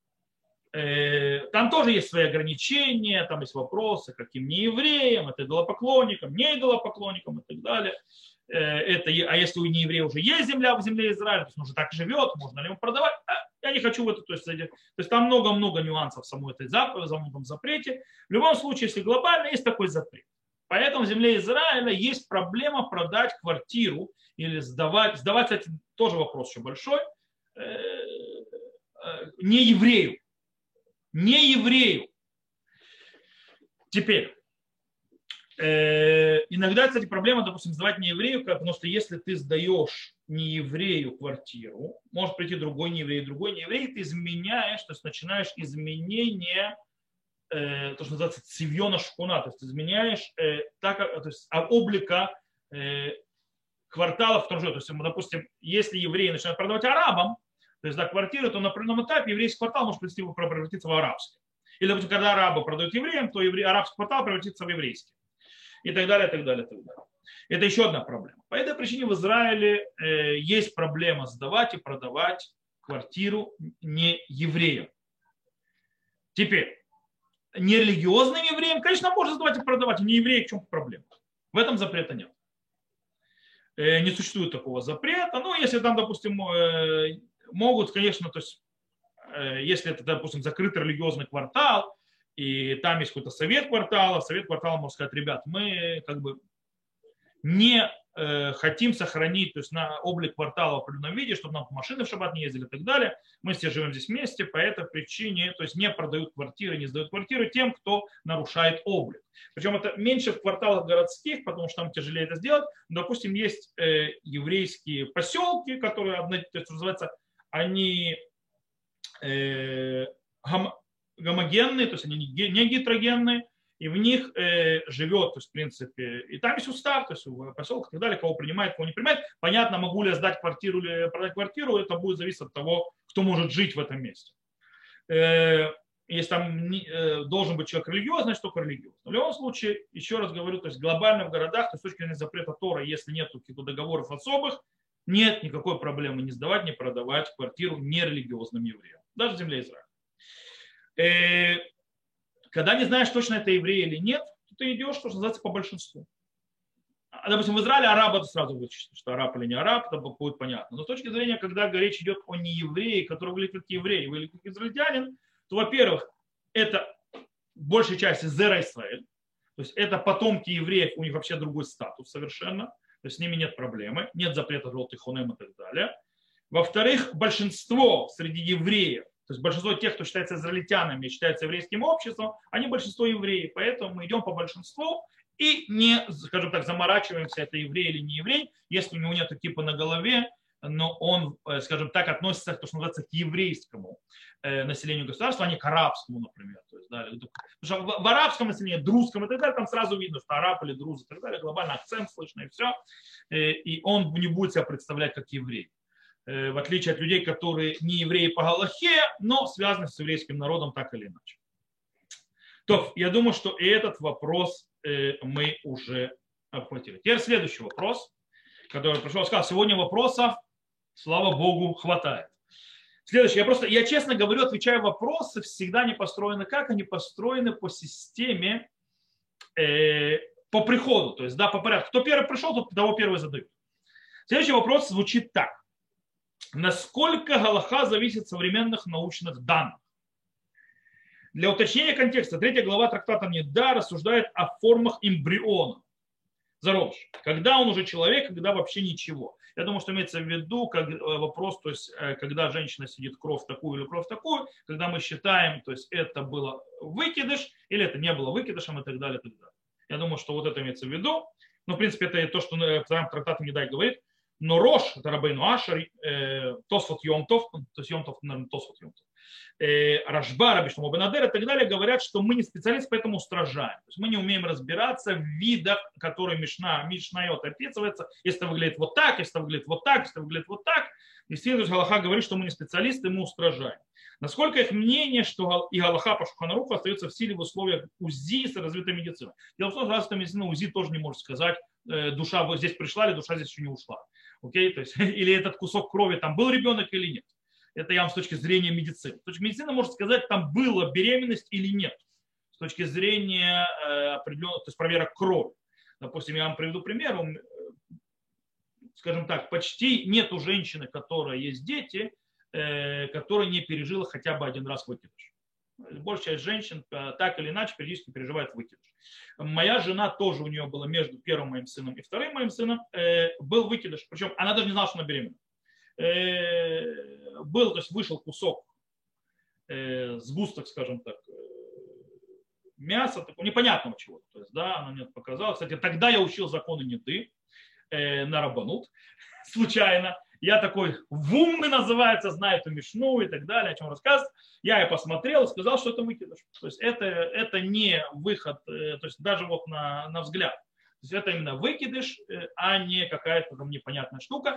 Там тоже есть свои ограничения, там есть вопросы, каким не евреям, это идолопоклонникам, не идолопоклонникам и так далее. Это, а если у нееврея уже есть земля в земле Израиля, то есть он уже так живет, можно ли ему продавать? Я не хочу в это. То есть, то есть там много-много нюансов в самом этой самом запрете. В любом случае, если глобально, есть такой запрет. Поэтому в земле Израиля есть проблема продать квартиру или сдавать. Сдавать, кстати, тоже вопрос еще большой. Не еврею. Не еврею. Теперь, э, иногда, кстати, проблема, допустим, сдавать не еврею, потому что если ты сдаешь не еврею квартиру, может прийти другой не еврей, другой не еврей, ты изменяешь, то есть начинаешь изменение, э, то, что называется цивьона шкуна, то есть изменяешь э, так, то есть, облика э, кварталов в том же. То есть, допустим, если евреи начинают продавать арабам, то есть, да, квартиры, то на определенном этапе еврейский квартал может превратиться в арабский. Или, допустим, когда арабы продают евреям, то евре... арабский квартал превратится в еврейский. И так далее, и так далее, и так далее. Это еще одна проблема. По этой причине в Израиле э, есть проблема сдавать и продавать квартиру не евреям. Теперь, нерелигиозным евреям, конечно, можно сдавать и продавать, не евреи, в чем проблема. В этом запрета нет. Э, не существует такого запрета. Ну, если там, допустим, э, могут, конечно, то есть, если это, допустим, закрытый религиозный квартал, и там есть какой-то совет квартала, совет квартала может сказать, ребят, мы как бы не э, хотим сохранить, то есть, на облик квартала в определенном виде, чтобы нам машины в шаббат не ездили и так далее. Мы все живем здесь вместе, по этой причине, то есть не продают квартиры, не сдают квартиры тем, кто нарушает облик. Причем это меньше в кварталах городских, потому что там тяжелее это сделать. Но, допустим, есть э, еврейские поселки, которые, то есть, называется, они э, гом, гомогенные, то есть они не гетерогенные, и в них э, живет, то есть, в принципе, и там есть устав, то есть в поселках и так далее, кого принимает, кого не принимает. Понятно, могу ли я сдать квартиру или продать квартиру, это будет зависеть от того, кто может жить в этом месте. Э, если там не, э, должен быть человек религиозный, значит только религиозный. В любом случае, еще раз говорю, то есть глобально в городах, то есть с точки зрения запрета Тора, если нет каких-то договоров особых, нет никакой проблемы не сдавать, не продавать квартиру нерелигиозным евреям. Даже в земле Израиля. Э, Когда не знаешь, точно это еврей или нет, то ты идешь, что называется, по большинству. А, допустим, в Израиле араб это сразу вычислит, что араб или не араб, это будет понятно. Но с точки зрения, когда речь идет о нееврее, который выглядит как еврей, выглядит как израильтянин, то, во-первых, это в большей части Зера Исраэль. То есть это потомки евреев, у них вообще другой статус совершенно. То есть с ними нет проблемы, нет запрета желтых хунем и так далее. Во-вторых, большинство среди евреев, то есть большинство тех, кто считается израильтянами, считается еврейским обществом, они большинство евреев. Поэтому мы идем по большинству и не, скажем так, заморачиваемся, это еврей или не еврей, если у него нет кипа на голове, но он, скажем так, относится, то, что называется, к еврейскому населению государства, а не к арабскому, например. То есть, да, потому что в арабском населении, друзском и так далее, там сразу видно, что араб или друз и так далее, глобальный акцент слышно и все, и он не будет себя представлять как еврей. в отличие от людей, которые не евреи по Галахе, но связаны с еврейским народом так или иначе. То, я думаю, что и этот вопрос мы уже охватили. Теперь следующий вопрос, который пришел, сказал, сегодня вопросов, слава Богу, хватает. Следующий, я просто, я честно говорю, отвечаю вопросы, всегда не построены как, они построены по системе, э, по приходу, то есть, да, по порядку. Кто первый пришел, тот того первый задают. Следующий вопрос звучит так. Насколько галаха зависит от современных научных данных? Для уточнения контекста, третья глава трактата Нида рассуждает о формах эмбриона, зародыша. Когда он уже человек, когда вообще ничего. Я думаю, что имеется в виду как вопрос, то есть когда женщина сидит кровь такую или кровь такую, когда мы считаем, то есть это было выкидыш или это не было выкидышем и так далее. И так далее. Я думаю, что вот это имеется в виду. Ну, в принципе, это то, что трактат Нида говорит. Но Рош, это Рабейну Ашер, э, Тосфот Йомтов, то есть Йомтов, наверное, Тосфот Йомтов, э, Рашба, Раби Шломо бен Адер и так далее говорят, что мы не специалисты, поэтому устражаем. То есть мы не умеем разбираться в видах, которые Мишна, Мишнайот описывается. Если это выглядит вот так, если это выглядит вот так, если это выглядит вот так. Естественно, Галаха говорит, что мы не специалисты, мы устражаем. Насколько их мнение, что и Галаха по Шулхан Аруху остается в силе в условиях УЗИ с развитой медициной. Дело в том, что развитая медицина УЗИ тоже не может сказать, душа вот здесь пришла или душа здесь еще не ушла. Окей? То есть, или этот кусок крови там был ребенок или нет. Это я вам с точки зрения медицины. С точки зрения медицины может сказать, там была беременность или нет. С точки зрения э, определенных, то есть проверок крови. Допустим, я вам приведу пример. Скажем так, почти нет у женщины, у которой есть дети, э, которая не пережила хотя бы один раз выкидыш. Большая часть женщин так или иначе периодически переживает выкидыш. Моя жена тоже, у нее было между первым моим сыном и вторым моим сыном, э, был выкидыш. Причем она даже не знала, что она беременна. Э, был, то есть вышел кусок, э, сгусток, скажем так, э, мяса, такого непонятного чего-то. То есть, да, она мне показала. Кстати, тогда я учил законы Ниды э, на Рабанут случайно. Я такой, в умный называется, знаю эту Мишну и так далее, о чем рассказывать. Я и посмотрел и сказал, что это выкидыш. То есть это, это не выход, то есть даже вот на, на взгляд. То есть это именно выкидыш, а не какая-то там непонятная штука.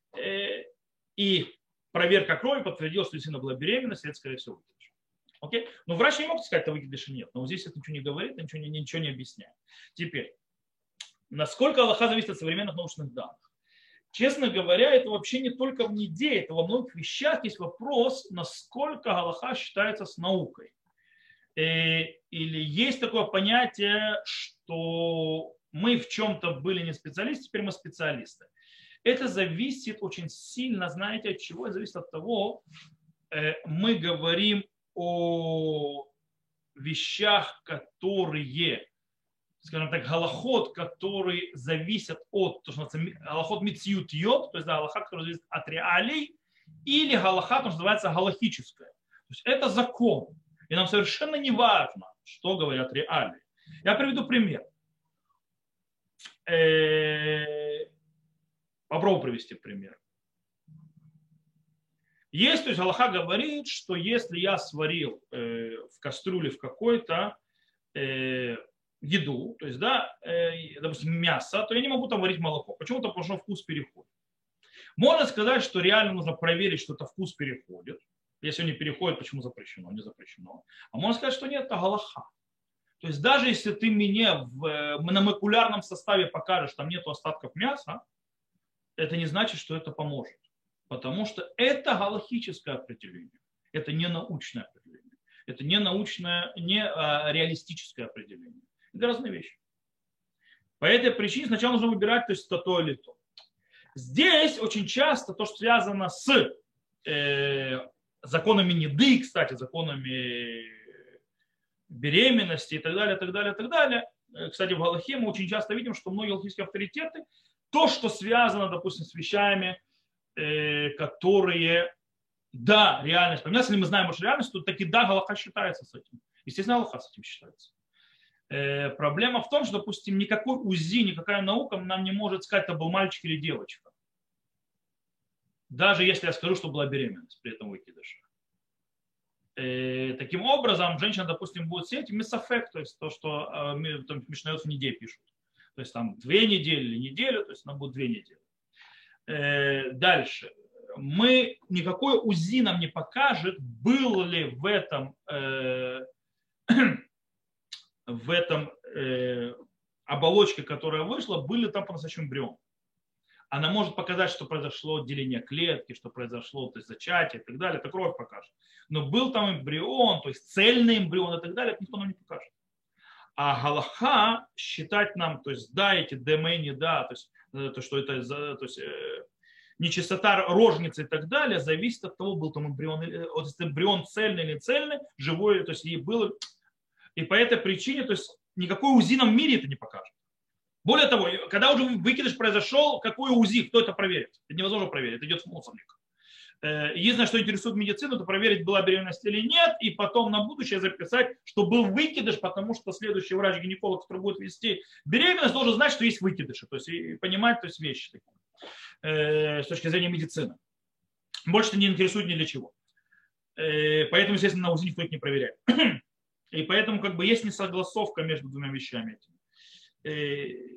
И проверка крови подтвердила, что действительно была беременность, и это, скорее всего, выкидыш. Окей? Но врач не мог сказать, это выкидыш или нет. Но вот здесь это ничего не говорит, ничего не, ничего не объясняет. Теперь, насколько Аллаха зависит от современных научных данных? Честно говоря, это вообще не только в Ниде, это во многих вещах есть вопрос, насколько Галаха считается с наукой. Или есть такое понятие, что мы в чем-то были не специалисты, теперь мы специалисты. Это зависит очень сильно, знаете, от чего? Это зависит от того, мы говорим о вещах, которые, скажем так, галахот, которые зависят от, то, что называется галахот мициют йод, то есть да, галаха, который зависит от реалий, или галаха, то, что называется галахическое. То есть это закон. И нам совершенно не важно, что говорят реалии. Я приведу пример. Попробую привести пример. Есть, то есть галаха говорит, что если я сварил в кастрюле в какой-то еду, то есть, да, э, допустим, мясо, то я не могу там варить молоко. Почему-то, потому что вкус переходит. Можно сказать, что реально нужно проверить, что это вкус переходит. Если он не переходит, почему запрещено? Не запрещено. А можно сказать, что нет, это галаха. То есть даже если ты мне в молекулярном составе покажешь, там нет остатков мяса, это не значит, что это поможет. Потому что это галахическое определение. Это не научное определение. Это не научное, не а, реалистическое определение. Это разные вещи. По этой причине сначала нужно выбирать, то есть то, то или то. Здесь очень часто то, что связано с э, законами Ниды, кстати, законами беременности и так далее, так далее, так далее. Кстати, в Галахе мы очень часто видим, что многие галахические авторитеты, то, что связано, допустим, с вещами, э, которые, да, реальность поменялась, если мы знаем уж реальность, то таки да, Галаха считается с этим. Естественно, Галаха с этим считается. Проблема в том, что, допустим, никакой УЗИ, никакая наука нам не может сказать, это был мальчик или девочка. Даже если я скажу, что была беременность при этом выкидыше. Таким образом, женщина, допустим, будет сеять месофект, то есть то, что Мишнайот в Ниде пишут. То есть там две недели или неделю, то есть она будет две недели. Дальше. мы, никакой УЗИ нам не покажет, был ли в этом, э, в этом э, оболочке, которая вышла, были там по-настоящему эмбрионы. Она может показать, что произошло деление клетки, что произошло, то есть зачатие и так далее, это кровь покажет. Но был там эмбрион, то есть цельный эмбрион и так далее, это никто нам не покажет. А галаха считать нам, то есть да, эти ДМ, не да, то есть то, что это то есть, э, нечистота рожницы и так далее, зависит от того, был там эмбрион, вот эмбрион цельный или цельный, живой, то есть ей было. И по этой причине, то есть никакой УЗИ нам в мире это не покажет. Более того, когда уже выкидыш произошел, какой УЗИ, кто это проверит? Это невозможно проверить, это идет в мусорник. Единственное, что интересует медицину, то проверить, была беременность или нет, и потом на будущее записать, что был выкидыш, потому что следующий врач-гинеколог, который будет вести беременность, должен знать, что есть выкидыши, то есть и понимать, то есть вещи такие, с точки зрения медицины. Больше это не интересует ни для чего. Поэтому, естественно, на УЗИ никто их не проверяет. И поэтому как бы есть несогласовка между двумя вещами этими.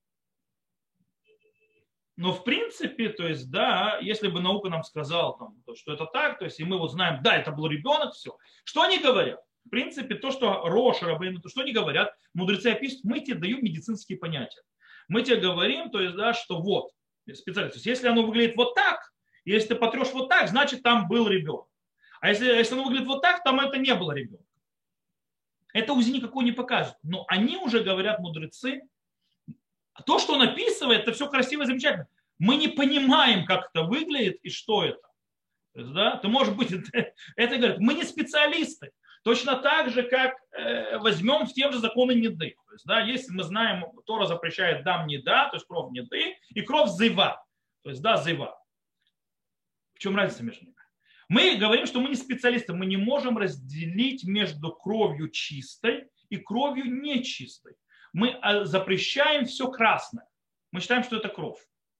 Но в принципе, то есть, да, если бы наука нам сказала, там, что это так, то есть, и мы вот знаем, да, это был ребенок, все. Что они говорят? В принципе, то, что Рош, Рабейну, то, что они говорят, мудрецы описывают, мы тебе даем медицинские понятия. Мы тебе говорим, то есть, да, что вот, специально, то есть, если оно выглядит вот так, если ты потрешь вот так, значит, там был ребенок. А если, если оно выглядит вот так, там это не было ребенка. Это УЗИ никакой не покажет. Но они уже говорят, мудрецы, то, что он описывает, это все красиво и замечательно. Мы не понимаем, как это выглядит и что это. То есть, да, ты, может быть, это, это говорит, мы не специалисты. Точно так же, как э, возьмем в тем же законы неды. То есть, да, если мы знаем, Тора запрещает дам неда, то есть кровь неды, и кровь зыва. То есть, да, зыва. В чем разница между ними? Мы говорим, что мы не специалисты, мы не можем разделить между кровью чистой и кровью нечистой. Мы запрещаем все красное. Мы считаем, что это кровь.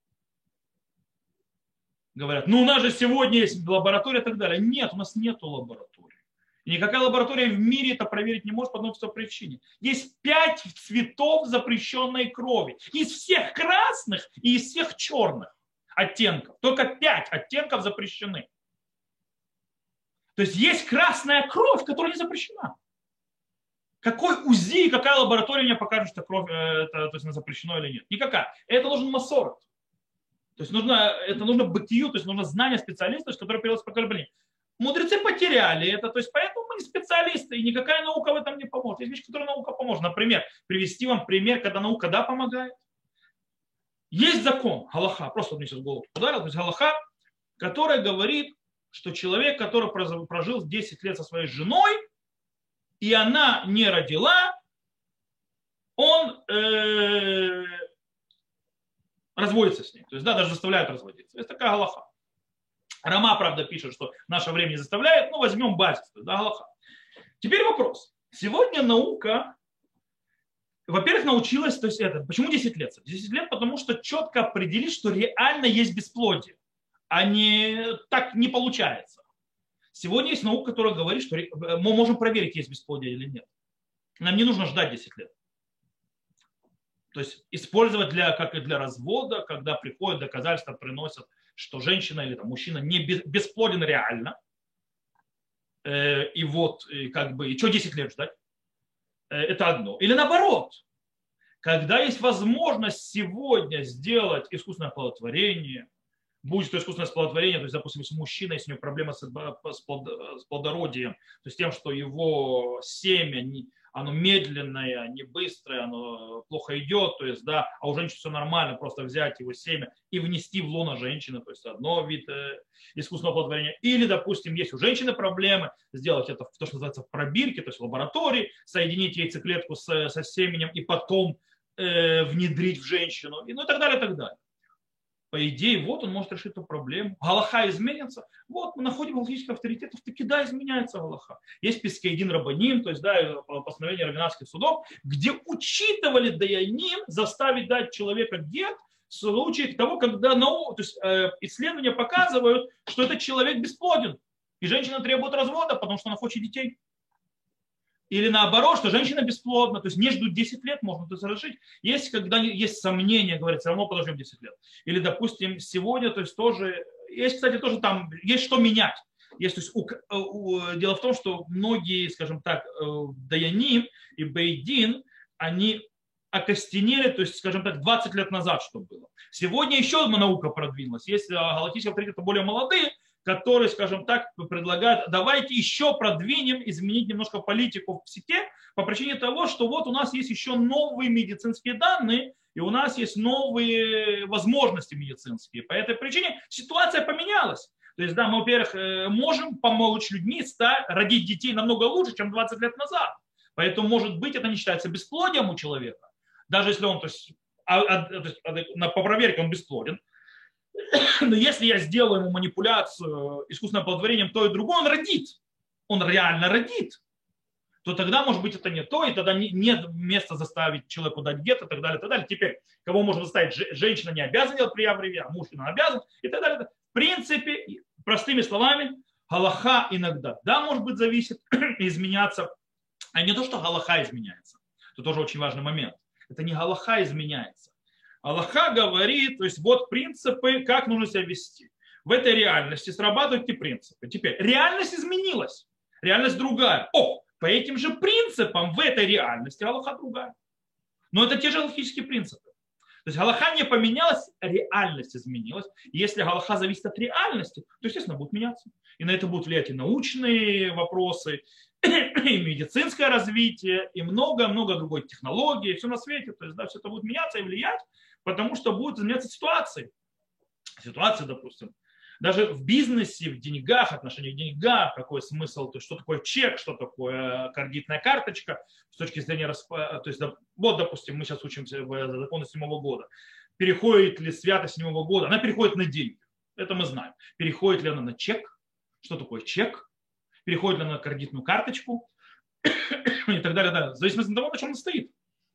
Говорят, ну у нас же сегодня есть лаборатория и так далее. Нет, у нас нет лаборатории. И никакая лаборатория в мире это проверить не может по одной простой причине. Есть пять цветов запрещенной крови. Из всех красных и из всех черных оттенков. Только пять оттенков запрещены. То есть есть красная кровь, которая не запрещена. Какой УЗИ, какая лаборатория мне покажет, что кровь это, то есть, запрещено или нет? Никакая. Это нужен массорот. То есть нужно, это нужно бытию, то есть нужно знание специалистов, которые переводятся по поколению. Мудрецы потеряли это, то есть поэтому мы не специалисты, и никакая наука в этом не поможет. Есть вещи, которые наука поможет. Например, привести вам пример, когда наука да помогает. Есть закон, галаха, просто мне сейчас в голову ударил, то есть галаха, которая говорит, что человек, который прожил десять лет со своей женой, и она не родила, он э, разводится с ней. То есть, да, даже заставляют разводиться. Это такая галаха. Рама, правда, пишет, что наше время не заставляет, но возьмем базис. Да, галаха. Теперь вопрос. Сегодня наука, во-первых, научилась, то есть это, почему десять лет? десять лет, потому что четко определить, что реально есть бесплодие, а не так не получается. Сегодня есть наука, которая говорит, что мы можем проверить, есть бесплодие или нет. Нам не нужно ждать десять лет. То есть использовать для, как и для развода, когда приходят доказательства, приносят, что женщина или там, мужчина не бесплоден реально. И вот, и как бы, и что десять лет ждать? Это одно. Или наоборот, когда есть возможность сегодня сделать искусственное оплодотворение, будет то искусственное сплодотворение, то есть, допустим, если мужчина, если у него проблема с плодородием, то есть тем, что его семя, оно медленное, не быстрое, оно плохо идет, то есть, да, а у женщины все нормально, просто взять его семя и внести в лоно женщины, то есть одно вид искусственного оплодотворения. Или, допустим, есть у женщины проблемы, сделать это в то, что называется в пробирке, то есть в лаборатории, соединить яйцеклетку с, со семенем и потом э, внедрить в женщину, и, ну и так далее, и так далее. По идее, вот он может решить эту проблему. Галаха изменится. Вот мы находим галахических авторитетов, таки да, изменяется галаха. Есть Пескейдин Рабаним, то есть да, постановление раввинатских судов, где учитывали даяним заставить дать человека гет в случае того, когда нау... то есть, э, исследования показывают, что этот человек бесплоден. И женщина требует развода, потому что она хочет детей. Или наоборот, что женщина бесплодна, то есть не ждут десять лет, можно это разрешить. Есть, когда есть сомнения, говорят, все равно подождем десять лет. Или, допустим, сегодня, то есть тоже есть, кстати, тоже там, есть что менять. Есть, то есть, у, у, дело в том, что многие, скажем так, Даяним и Бейдин, они окостенели, то есть, скажем так, двадцать лет назад, что было. Сегодня еще одна наука продвинулась. Есть галактические авторитеты более молодые, которые, скажем так, предлагают, давайте еще продвинем, изменить немножко политику в психе, по причине того, что вот у нас есть еще новые медицинские данные, и у нас есть новые возможности медицинские. По этой причине ситуация поменялась. То есть, да, мы, во-первых, можем помочь людьми стать, родить детей намного лучше, чем двадцать лет назад. Поэтому, может быть, это не считается бесплодием у человека. Даже если он, то есть, а, а, то есть по проверке он бесплоден. Но если я сделаю ему манипуляцию искусственным оплодотворением, то и другое, он родит. Он реально родит. То тогда, может быть, это не то, и тогда нет места заставить человеку дать гет, и так далее, и так далее. Теперь, кого можно заставить? Женщина не обязана делать при явриве, а мужчина обязан, и так далее. В принципе, простыми словами, галаха иногда, да, может быть, зависит, изменяться. А не то, что галаха изменяется. Это тоже очень важный момент. Это не галаха изменяется. Аллаха говорит, то есть вот принципы, как нужно себя вести. В этой реальности срабатывают эти принципы. Теперь реальность изменилась. Реальность другая. О, по этим же принципам в этой реальности Аллаха другая. Но это те же галахические принципы. То есть галаха не поменялась, реальность изменилась. И если галаха зависит от реальности, то, естественно, будет меняться. И на это будут влиять и научные вопросы, и медицинское развитие, и много-много другой технологий, все на свете. То есть, да, все это будет меняться и влиять, потому что будет изменяться ситуация. Ситуация, допустим, даже в бизнесе, в деньгах, отношении к деньгам, какой смысл, то есть, что такое чек, что такое кредитная карточка, с точки зрения, то есть, вот, допустим, мы сейчас учимся в закону седьмого года, переходит ли святость седьмого года, она переходит на деньги, это мы знаем, переходит ли она на чек, что такое чек, переходит ли она на кредитную карточку и так далее, далее, в зависимости от того, на чем она стоит.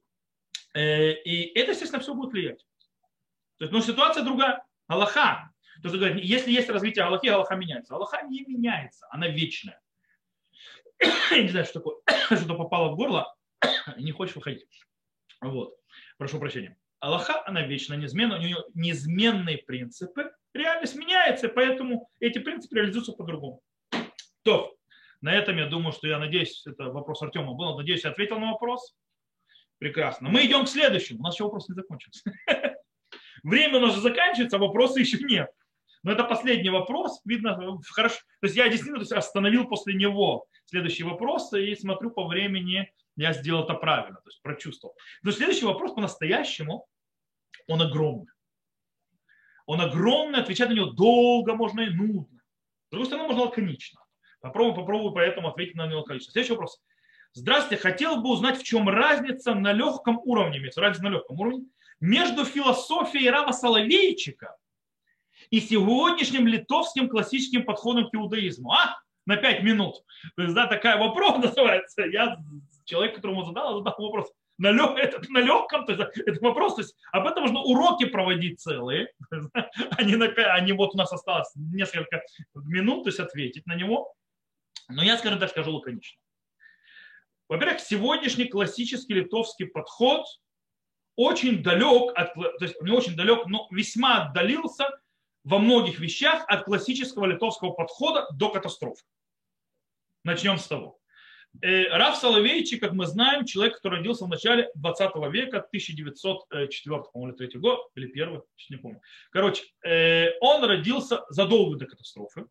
И это, естественно, все будет влиять. То есть, но ситуация другая. Аллаха. То есть, говорит, если есть развитие Аллахи, Аллаха меняется. Аллаха не меняется, она вечная. Я не знаю, что такое, что-то попало в горло, и не хочешь выходить. Вот. Прошу прощения. Аллаха, она вечная, неизменна, у нее неизменные принципы. Реальность меняется, поэтому эти принципы реализуются по-другому. То, на этом я думаю, что я надеюсь, это вопрос Артема был, надеюсь, я ответил на вопрос. Прекрасно. Мы идем к следующему. У нас еще вопрос не закончился. Время у нас же заканчивается, а вопроса еще нет. Но это последний вопрос. Видно, хорошо. То есть я действительно остановил после него следующий вопрос и смотрю по времени, я сделал это правильно, то есть прочувствовал. Но следующий вопрос по-настоящему, он огромный. Он огромный, отвечать на него долго можно и нудно. С другой стороны, можно лаконично. Попробую, попробую поэтому ответить на него лаконично. Следующий вопрос. Здравствуйте, хотел бы узнать, в чем разница на легком уровне, разница на легком уровне между философией Рава Соловейчика и сегодняшним литовским классическим подходом к иудаизму. А? На пять минут. То есть, да, такая вопрос называется. Я человек, которому задал, задал вопрос. На, лег, это, на легком, то есть, это вопрос, то есть об этом можно уроки проводить целые, а не, на, а не вот у нас осталось несколько минут, то есть ответить на него. Но я, скажем так, скажу лаконично. Во-первых, сегодняшний классический литовский подход очень далек, от, то есть не очень далек, но весьма отдалился во многих вещах от классического литовского подхода до катастрофы. Начнем с того. Рав Соловейчик, как мы знаем, человек, который родился в начале двадцатого века, тысяча девятьсот четвёртый, по-моему, третий год, или первый, не помню. Короче, он родился задолго до катастрофы.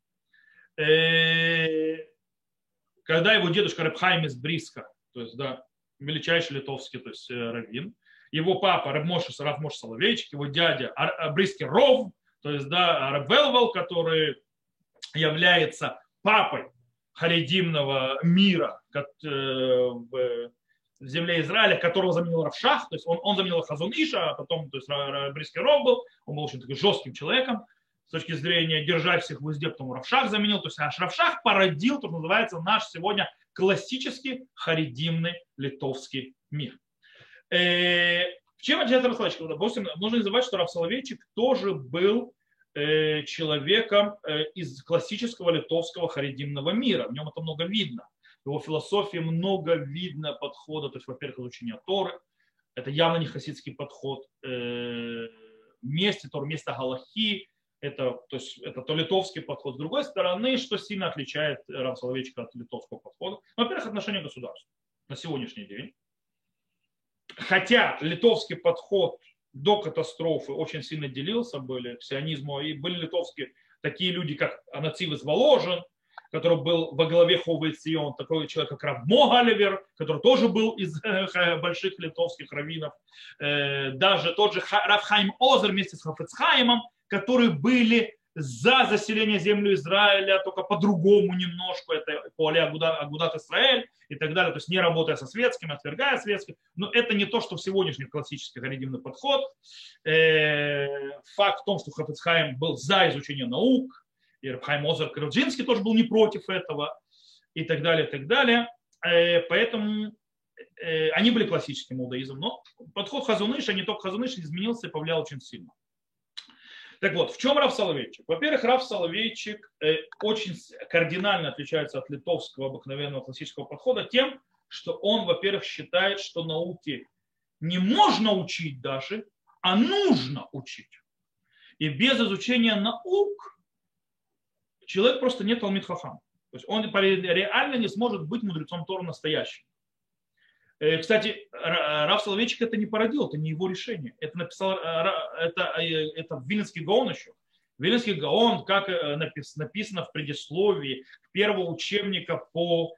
Когда его дедушка Реб Хаим из Бриска, то есть, да, величайший литовский, то есть, раввин, его папа Реб Моше, Рав Моше Соловейчик, его дядя Бриский Ров, то есть, да, Реб Велвел, который является папой харидимного мира в земле Израиля, которого заменил Равшах, то есть он, он заменил Хазон Иша, а потом, то есть, Бриский Ров был, он был очень таким жестким человеком, с точки зрения держать всех в узде, потом Равшах заменил. То есть аж Равшах породил, то, что называется, наш сегодня классический харидимный литовский мир. Э, чем отличается Рав Соловейчик? Допустим, нужно не забывать, что Рав Соловейчик тоже был э, человеком э, из классического литовского харидимного мира. В нем это много видно. В его философии много видно подхода. То есть, во-первых, изучение Торы. Это явно не хасидский подход. Э, вместе Тор, вместо Галахи. Это, то есть, это то литовский подход. С другой стороны, что сильно отличает Рав Соловейчика от литовского подхода? Во-первых, отношение к государству на сегодняшний день. Хотя литовский подход до катастрофы очень сильно делился, были к сионизму, и были литовские такие люди, как Анацивис Воложин, который был во главе Ховы Цион, такой человек, как Рав Могаливер, который тоже был из больших литовских раввинов, даже тот же Рав Хайм Озер вместе с Хафецхаймом, которые были за заселение земли Израиля, только по-другому немножко, это по але Агудат Исраэль и так далее, то есть не работая со светскими, отвергая светских, но это не то, что в сегодняшний классический харидимный подход. Факт в том, что Хафецхайм был за изучение наук, и Рав Хайм Озер Караджинский тоже был не против этого, и так далее, и так далее. Поэтому они были классическим иудаизмом, но подход Хазуныша, не только Хазуныш, изменился и повлиял очень сильно. Так вот, в чем Рав Соловейчик? Во-первых, Рав Соловейчик очень кардинально отличается от литовского обыкновенного классического подхода тем, что он, во-первых, считает, что науки не можно учить даже, а нужно учить. И без изучения наук человек просто не талмид хахам. То есть он реально не сможет быть мудрецом Торы настоящим. Кстати, Рав Соловейчик это не породил, это не его решение. Это написал это, это Виленский Гаон еще. Виленский Гаон, как написано в предисловии к первого учебника по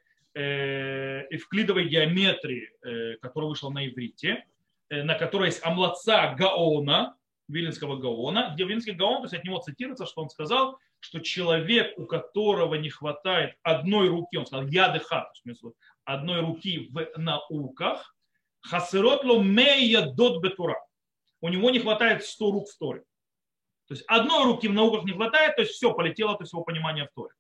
эвклидовой геометрии, который вышел на иврите, на которой есть амлаца Гаона, Виленского Гаона, где Виленский Гаон, то есть от него цитируется, что он сказал, что человек, у которого не хватает одной руки, он сказал, ядыха, в смысле, одной руки в науках, хасыротло мея дот бетура. У него не хватает сто рук в Торе. То есть одной руки в науках не хватает, то есть все, полетело, то есть его понимание в Торе.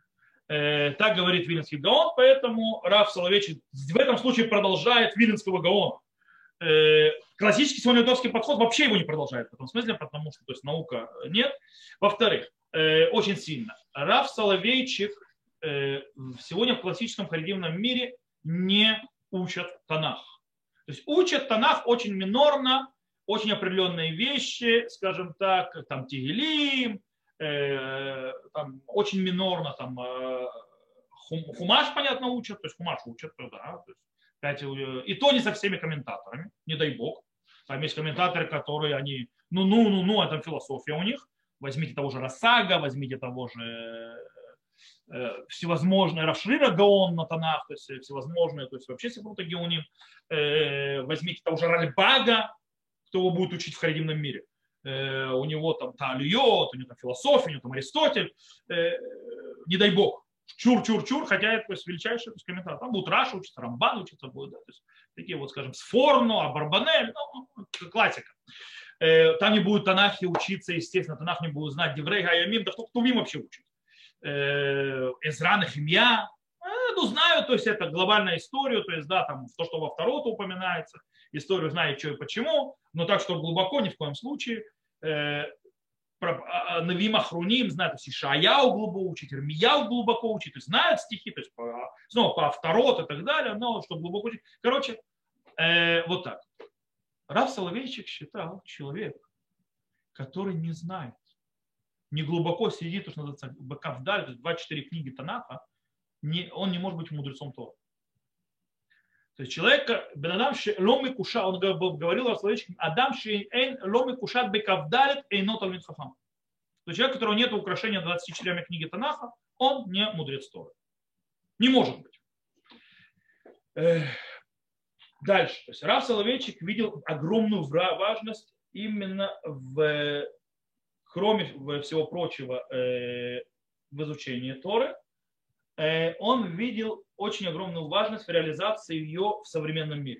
Э, так говорит Виленский Гаон, поэтому Рав Соловейчик в этом случае продолжает Виленского Гаона. Э, классический сегодня литовский подход вообще его не продолжает в этом смысле, потому что то есть, наука нет. Во-вторых, э, очень сильно, Рав Соловейчик сегодня в классическом харидимном мире не учат Танах. То есть учат Танах очень минорно, очень определенные вещи, скажем так, там Тегелим, э, там очень минорно, там э, хум, Хумаш, понятно, учат, то есть Хумаш учат, да, то есть, опять, и то не со всеми комментаторами, не дай бог. Там есть комментаторы, которые они, ну-ну-ну-ну, это философия у них. Возьмите того же Расага, возьмите того же всевозможные Равшрира Гаон на Танах, то есть всевозможные, то есть вообще Сифрута Геоним, возьмите того же Ральбага, кто его будет учить в харидимном мире. У него там Таалиот, у него там философия, у него там Аристотель, не дай бог, чур-чур-чур, хотя это то есть, величайший то есть, комментатор. Там будут Раша учиться, Рамбан учиться будет, да, то есть, такие вот, скажем, Сфорно, Абарбанель, ну, классика. Там не будут Танахи учиться, естественно, Танах не будут знать Деврей, Гаямим, да кто Ктувим вообще учит. Эзра, Нехемия, ну, знаю, то есть это глобальная история, то есть, да, там, то, что во втором упоминается, историю знаю, что и почему, но так, что глубоко ни в коем случае. Навим Ахруним знают, то есть Ишаяу глубоко учить, Ирмияу глубоко учить, то есть знают стихи, то есть по, снова по Авторот и так далее, но что глубоко учить. Короче, э, вот так. Рав Соловейчик считал человек, который не знает, не глубоко сидит, то, что называется, Бакавдаль, то есть двадцать четыре книги Танаха, не, он не может быть мудрецом Торы. То есть человек, Бенадам ломы куша, он говорил о Соловейчике, Адам шейн ломы кушат бекавдалит эйно талмид хахам. То есть человек, у которого нет украшения двадцати четырьмя книги Танаха, он не мудрец Торы. Не может быть. Дальше. То есть Рав Соловейчик видел огромную важность именно в, кроме всего прочего, в изучении Торы. Он видел очень огромную важность в реализации ее в современном мире.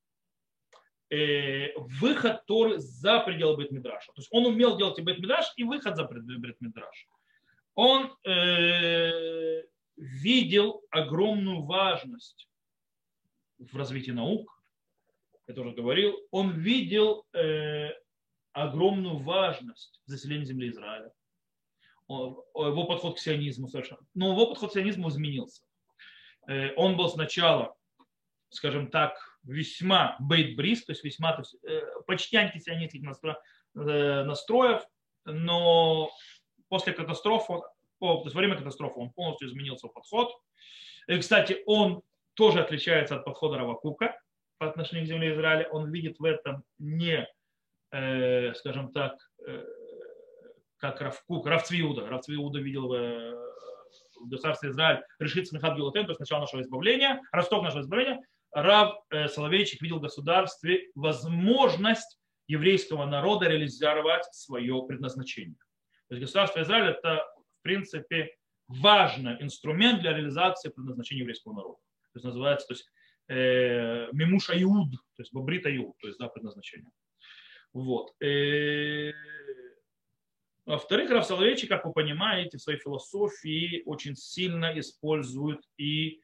Выход Торы за пределы Бейт-Мидраша. То есть он умел делать и Бейт-Мидраш, и выход за Бейт-Мидраш. Он э, видел огромную важность в развитии наук, я тоже говорил. Он видел э, огромную важность в заселении земли Израиля. Его подход к сионизму совершенно. Но его подход к сионизму изменился. Он был сначала, скажем так, весьма бейт-бриз, то есть весьма, то есть, почти антисионистских настроев, но после катастрофы, то есть во время катастрофы он полностью изменил свой подход. И, кстати, он тоже отличается от подхода Рава Кука по отношению к земле Израиля. Он видит в этом не, э, скажем так, э, как Рав Кук, Рав Цвиуда. Рав Цвиуда видел в, в государстве Израиль решить смехат гилотен, то есть начало нашего избавления, росток нашего избавления. Рав э, Соловейчик видел в государстве возможность еврейского народа реализовать свое предназначение. То есть государство Израиль это, в принципе, важный инструмент для реализации предназначения еврейского народа. То есть называется, то есть э, мимуш аюд, то есть бабрит аюд, то есть да, предназначение. Вот. Э, во-вторых, Рав Соловейчик, как вы понимаете, в своей философии очень сильно использует и,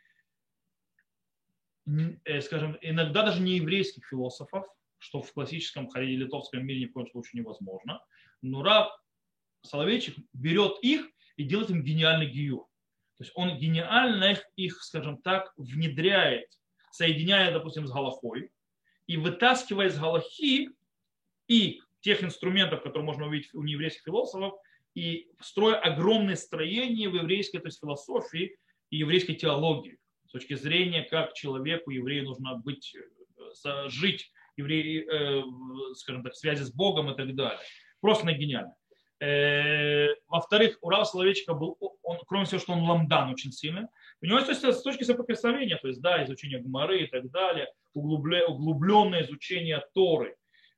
э, скажем, иногда даже не еврейских философов, что в классическом хариде-литовском мире ни в коем случае невозможно. Но Рав Соловейчик берет их и делает им гениальный гиюр. То есть он гениально их, их, скажем так, внедряет, соединяя, допустим, с галахой, и вытаскивая из галахи и тех инструментов, которые можно увидеть у нееврейских философов, и строя огромное строение в еврейской, то есть философии и еврейской теологии, с точки зрения, как человеку, еврею, нужно быть, жить евреи, э, скажем так, в связи с Богом и так далее. Просто на гениально. Э, во-вторых, у Рава Соловейчика был, он, кроме всего, что он ламдан очень сильный, у него есть с точки соприкосновения, то есть, да, изучение Гмары и так далее, углубля, углубленное изучение Торы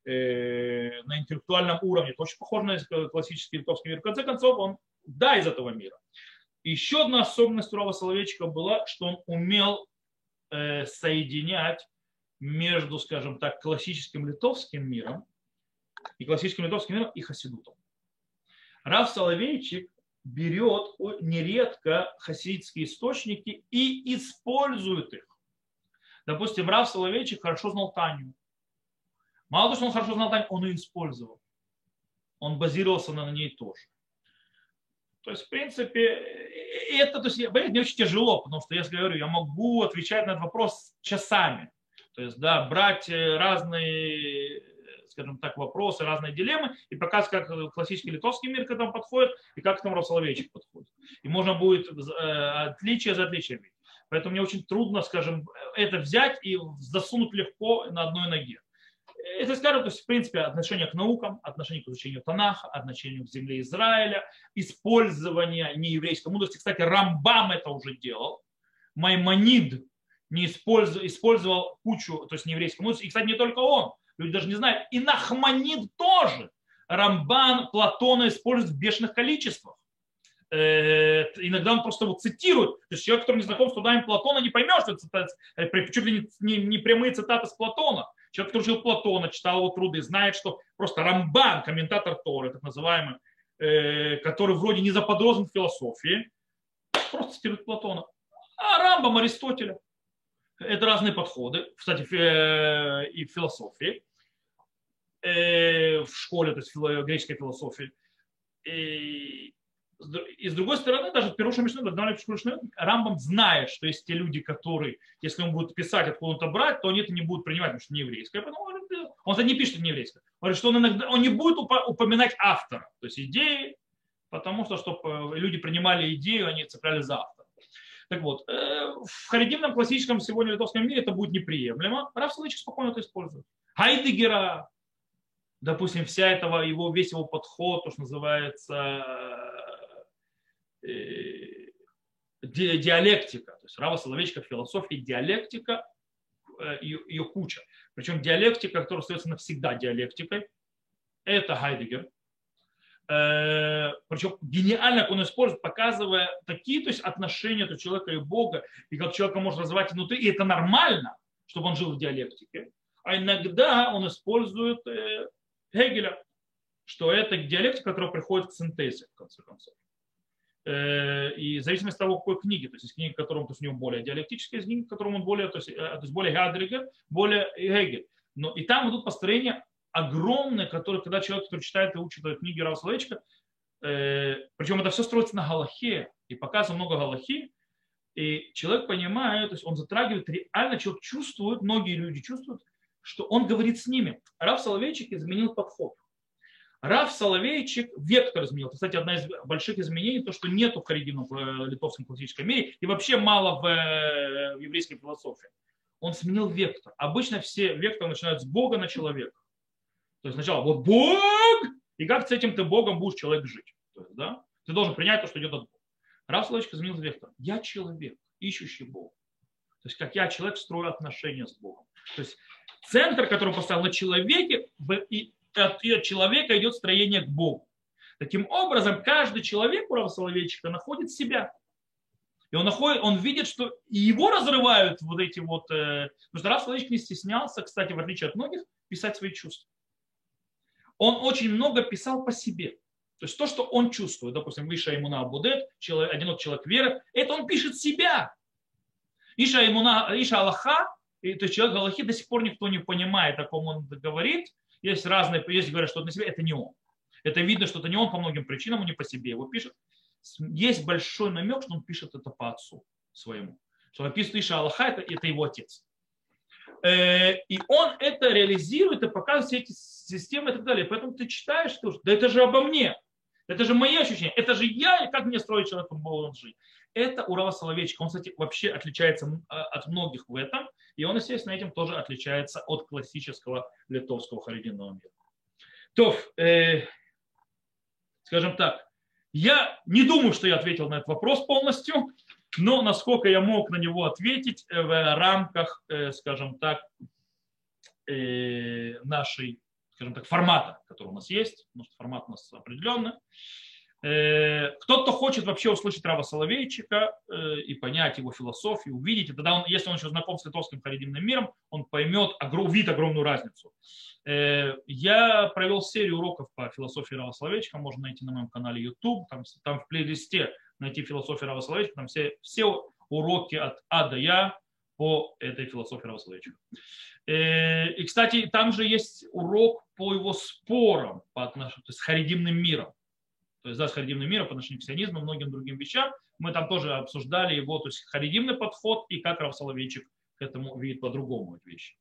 э, на интеллектуальном уровне, это очень похоже на классический литовский мир. В конце концов, он, да, из этого мира. Еще одна особенность у Рава Соловейчика была, что он умел э, соединять между, скажем так, классическим литовским миром и классическим литовским миром и хасидутом. Рав Соловейчик берет нередко хасидские источники и использует их. Допустим, Рав Соловейчик хорошо знал Таню. Мало того, что он хорошо знал Таню, он ее использовал. Он базировался на ней тоже. То есть, в принципе, это, то есть, мне очень тяжело, потому что, если я говорю, я могу отвечать на этот вопрос часами. То есть, да, брать разные, скажем так, вопросы, разные дилеммы и показывать, как классический литовский мир к этому подходит и как к этому Рав Соловейчик подходит. И можно будет отличие за отличиями. Поэтому мне очень трудно, скажем, это взять и засунуть легко на одной ноге. Это, скажем, то есть, в принципе, отношение к наукам, отношение к изучению Танаха, отношение к земле Израиля, использование нееврейской мудрости. Кстати, Рамбам это уже делал. Маймонид не использовал, использовал кучу, то есть нееврейской мудрости. И, кстати, не только он. Люди даже не знают. И Нахманид тоже. Рамбан Платона использует в бешеных количествах. Иногда он просто его цитирует. То есть человек, который не знаком с трудами Платона, не поймет, что это чуть ли не, не, не прямые цитаты с Платона. Человек, который жил Платона, читал его труды, знает, что просто Рамбан, комментатор Торы, так называемый, э, который вроде не заподозрен в философии, просто цитирует Платона. А Рамбам Аристотеля. Это разные подходы, кстати, э, и в философии, э, в школе, то есть в греческой философии. И, и с другой стороны, даже в Пируша Мишны, Рамбам знает, что есть те люди, которые, если он будет писать, откуда он-то брать, то они это не будут принимать, потому что не еврейское. Поэтому он это не пишет, что не еврейское. Он говорит, что он, иногда, он не будет упоминать автора, то есть идеи, потому что, чтобы люди принимали идею, они цепляли за автора. Так вот, в харидимном классическом сегодня литовском мире это будет неприемлемо. Рав Соловейчик спокойно это использует. Хайдеггера, допустим, вся этого, его, весь его подход, то, что называется диалектика. То есть Рава Соловейчика в философии диалектика, ее, ее куча. Причем диалектика, которая остается навсегда диалектикой, это Хайдеггер. Причем гениально, как он использует, показывая такие, то есть, отношения то человека и Бога, и как человека может развивать внутри, и это нормально, чтобы он жил в диалектике. А иногда он использует Гегеля, что это диалектика, которая приходит к синтезе, в конце концов. И в зависимости от того, какой книги, то есть есть книги, в котором то есть, у него более диалектическая, есть книги, в котором он более, то есть, то есть более Гадригер, более Гегель. Но и там идут построения огромные, которые, когда человек, который читает и учит книги Рава Соловейчика, э, причем это все строится на галахе, и показывается много галахи, и человек понимает, то есть он затрагивает, реально человек чувствует, многие люди чувствуют, что он говорит с ними. Рав Соловейчик изменил подход. Рав Соловейчик вектор изменил. Это, кстати, одна из больших изменений, то, что нету харидимов в литовском классическом мире и вообще мало в, в еврейской философии. Он сменил вектор. Обычно все векторы начинают с Бога на человека. То есть сначала вот Бог, и как с этим ты Богом будешь человек жить. То есть, да? Ты должен принять то, что идет от Бога. Рав Соловейчик изменил вектор. Я человек, ищущий Бога. То есть как я человек строю отношения с Богом. То есть центр, который поставил на человеке, и от человека идет строение к Богу. Таким образом, каждый человек у Рава Соловейчика находит себя. И он, находит, он видит, что и его разрывают вот эти вот... Э, потому что Рав Соловейчик не стеснялся, кстати, в отличие от многих, писать свои чувства. Он очень много писал по себе. То есть то, что он чувствует, допустим, Иша Имуна Абудет, человек, одинокий человек веры, это он пишет себя. Иша Имуна, Иша Аллаха, и, то есть человек Аллахи до сих пор никто не понимает, о ком он говорит. Есть разные, есть говорят, что это на себе, это не он. Это видно, что это не он по многим причинам, он не по себе его пишет. Есть большой намек, что он пишет это по отцу своему. Что написано Иша Аллаха, это, это его отец. И он это реализирует и показывает все эти системы и так далее. Поэтому ты читаешь, что да это же обо мне. Это же мои ощущения. Это же я, как мне строить человеком должен жить. Это у Рава Соловейчика. Он, кстати, вообще отличается от многих в этом. И он, естественно, этим тоже отличается от классического литовского харидимного мира. То, э, скажем так, я не думаю, что я ответил на этот вопрос полностью, но насколько я мог на него ответить в рамках, э, скажем так, э, нашей, скажем так, формата, который у нас есть, потому что формат у нас определенный. Кто-то, кто хочет вообще услышать Рава Соловейчика и понять его философию, увидеть, и тогда он, если он еще знаком с литовским харидимным миром, он поймет, увидит огромную разницу. Я провел серию уроков по философии Рава Соловейчика, можно найти на моем канале YouTube, там, там в плейлисте найти философию Рава Соловейчика, там все, все уроки от А до Я по этой философии Рава Соловейчика. И, кстати, там же есть урок по его спорам по отношению, то есть с харидимным миром. То есть, да, с харидимным миром по отношению к сионизму и многим другим вещам. Мы там тоже обсуждали его, то есть харидимный подход и как Рав Соловейчик к этому видит по-другому эти вещи.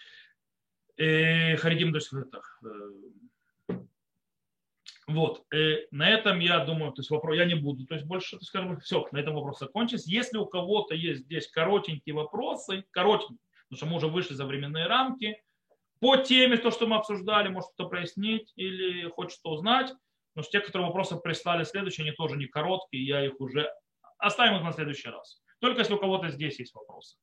И харидим, то есть это, вот. И на этом я думаю, то есть вопрос я не буду, то есть больше, скажем, все, на этом вопрос закончится. Если у кого-то есть здесь коротенькие вопросы, коротенькие, потому что мы уже вышли за временные рамки, по теме, то, что мы обсуждали, может что-то прояснить или хочет что узнать. Потому что те, которые вопросы прислали следующие, они тоже не короткие, я их уже оставим их на следующий раз. Только если у кого-то здесь есть вопросы.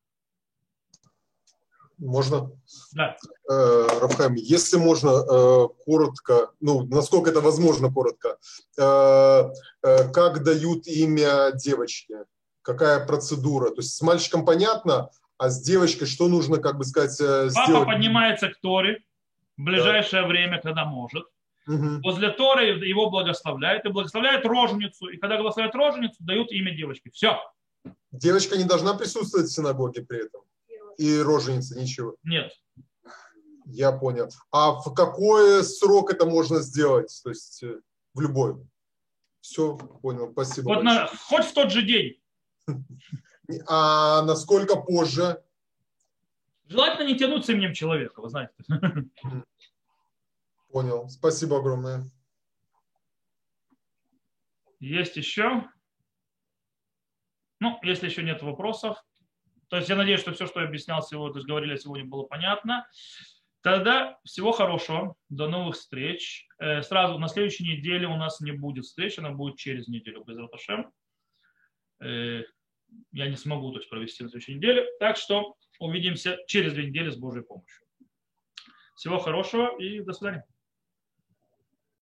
Можно? Да. Э, Рав Хаим, если можно э, коротко, ну, насколько это возможно коротко, э, э, как дают имя девочке? Какая процедура? То есть с мальчиком понятно, а с девочкой что нужно, как бы сказать, сделать? Папа поднимается к Торе в ближайшее да. время, когда может. Угу. Возле Торы его благословляют и благословляют роженицу. И когда благословляют роженицу, дают имя девочки. Все. Девочка не должна присутствовать в синагоге при этом? И роженица ничего? Нет. Я понял. А в какой срок это можно сделать? То есть в любой? Все, понял. Спасибо вот на, хоть в тот же день. А насколько позже? Желательно не тянуть с именем человека, вы знаете. Понял. Спасибо огромное. Есть еще? Ну, если еще нет вопросов. То есть я надеюсь, что все, что я объяснял сегодня, то есть говорили сегодня, было понятно. Тогда всего хорошего. До новых встреч. Сразу на следующей неделе у нас не будет встреч, она будет через неделю без Раташем. Я не смогу то есть, провести на следующей неделе. Так что увидимся через две недели с Божьей помощью. Всего хорошего и до свидания.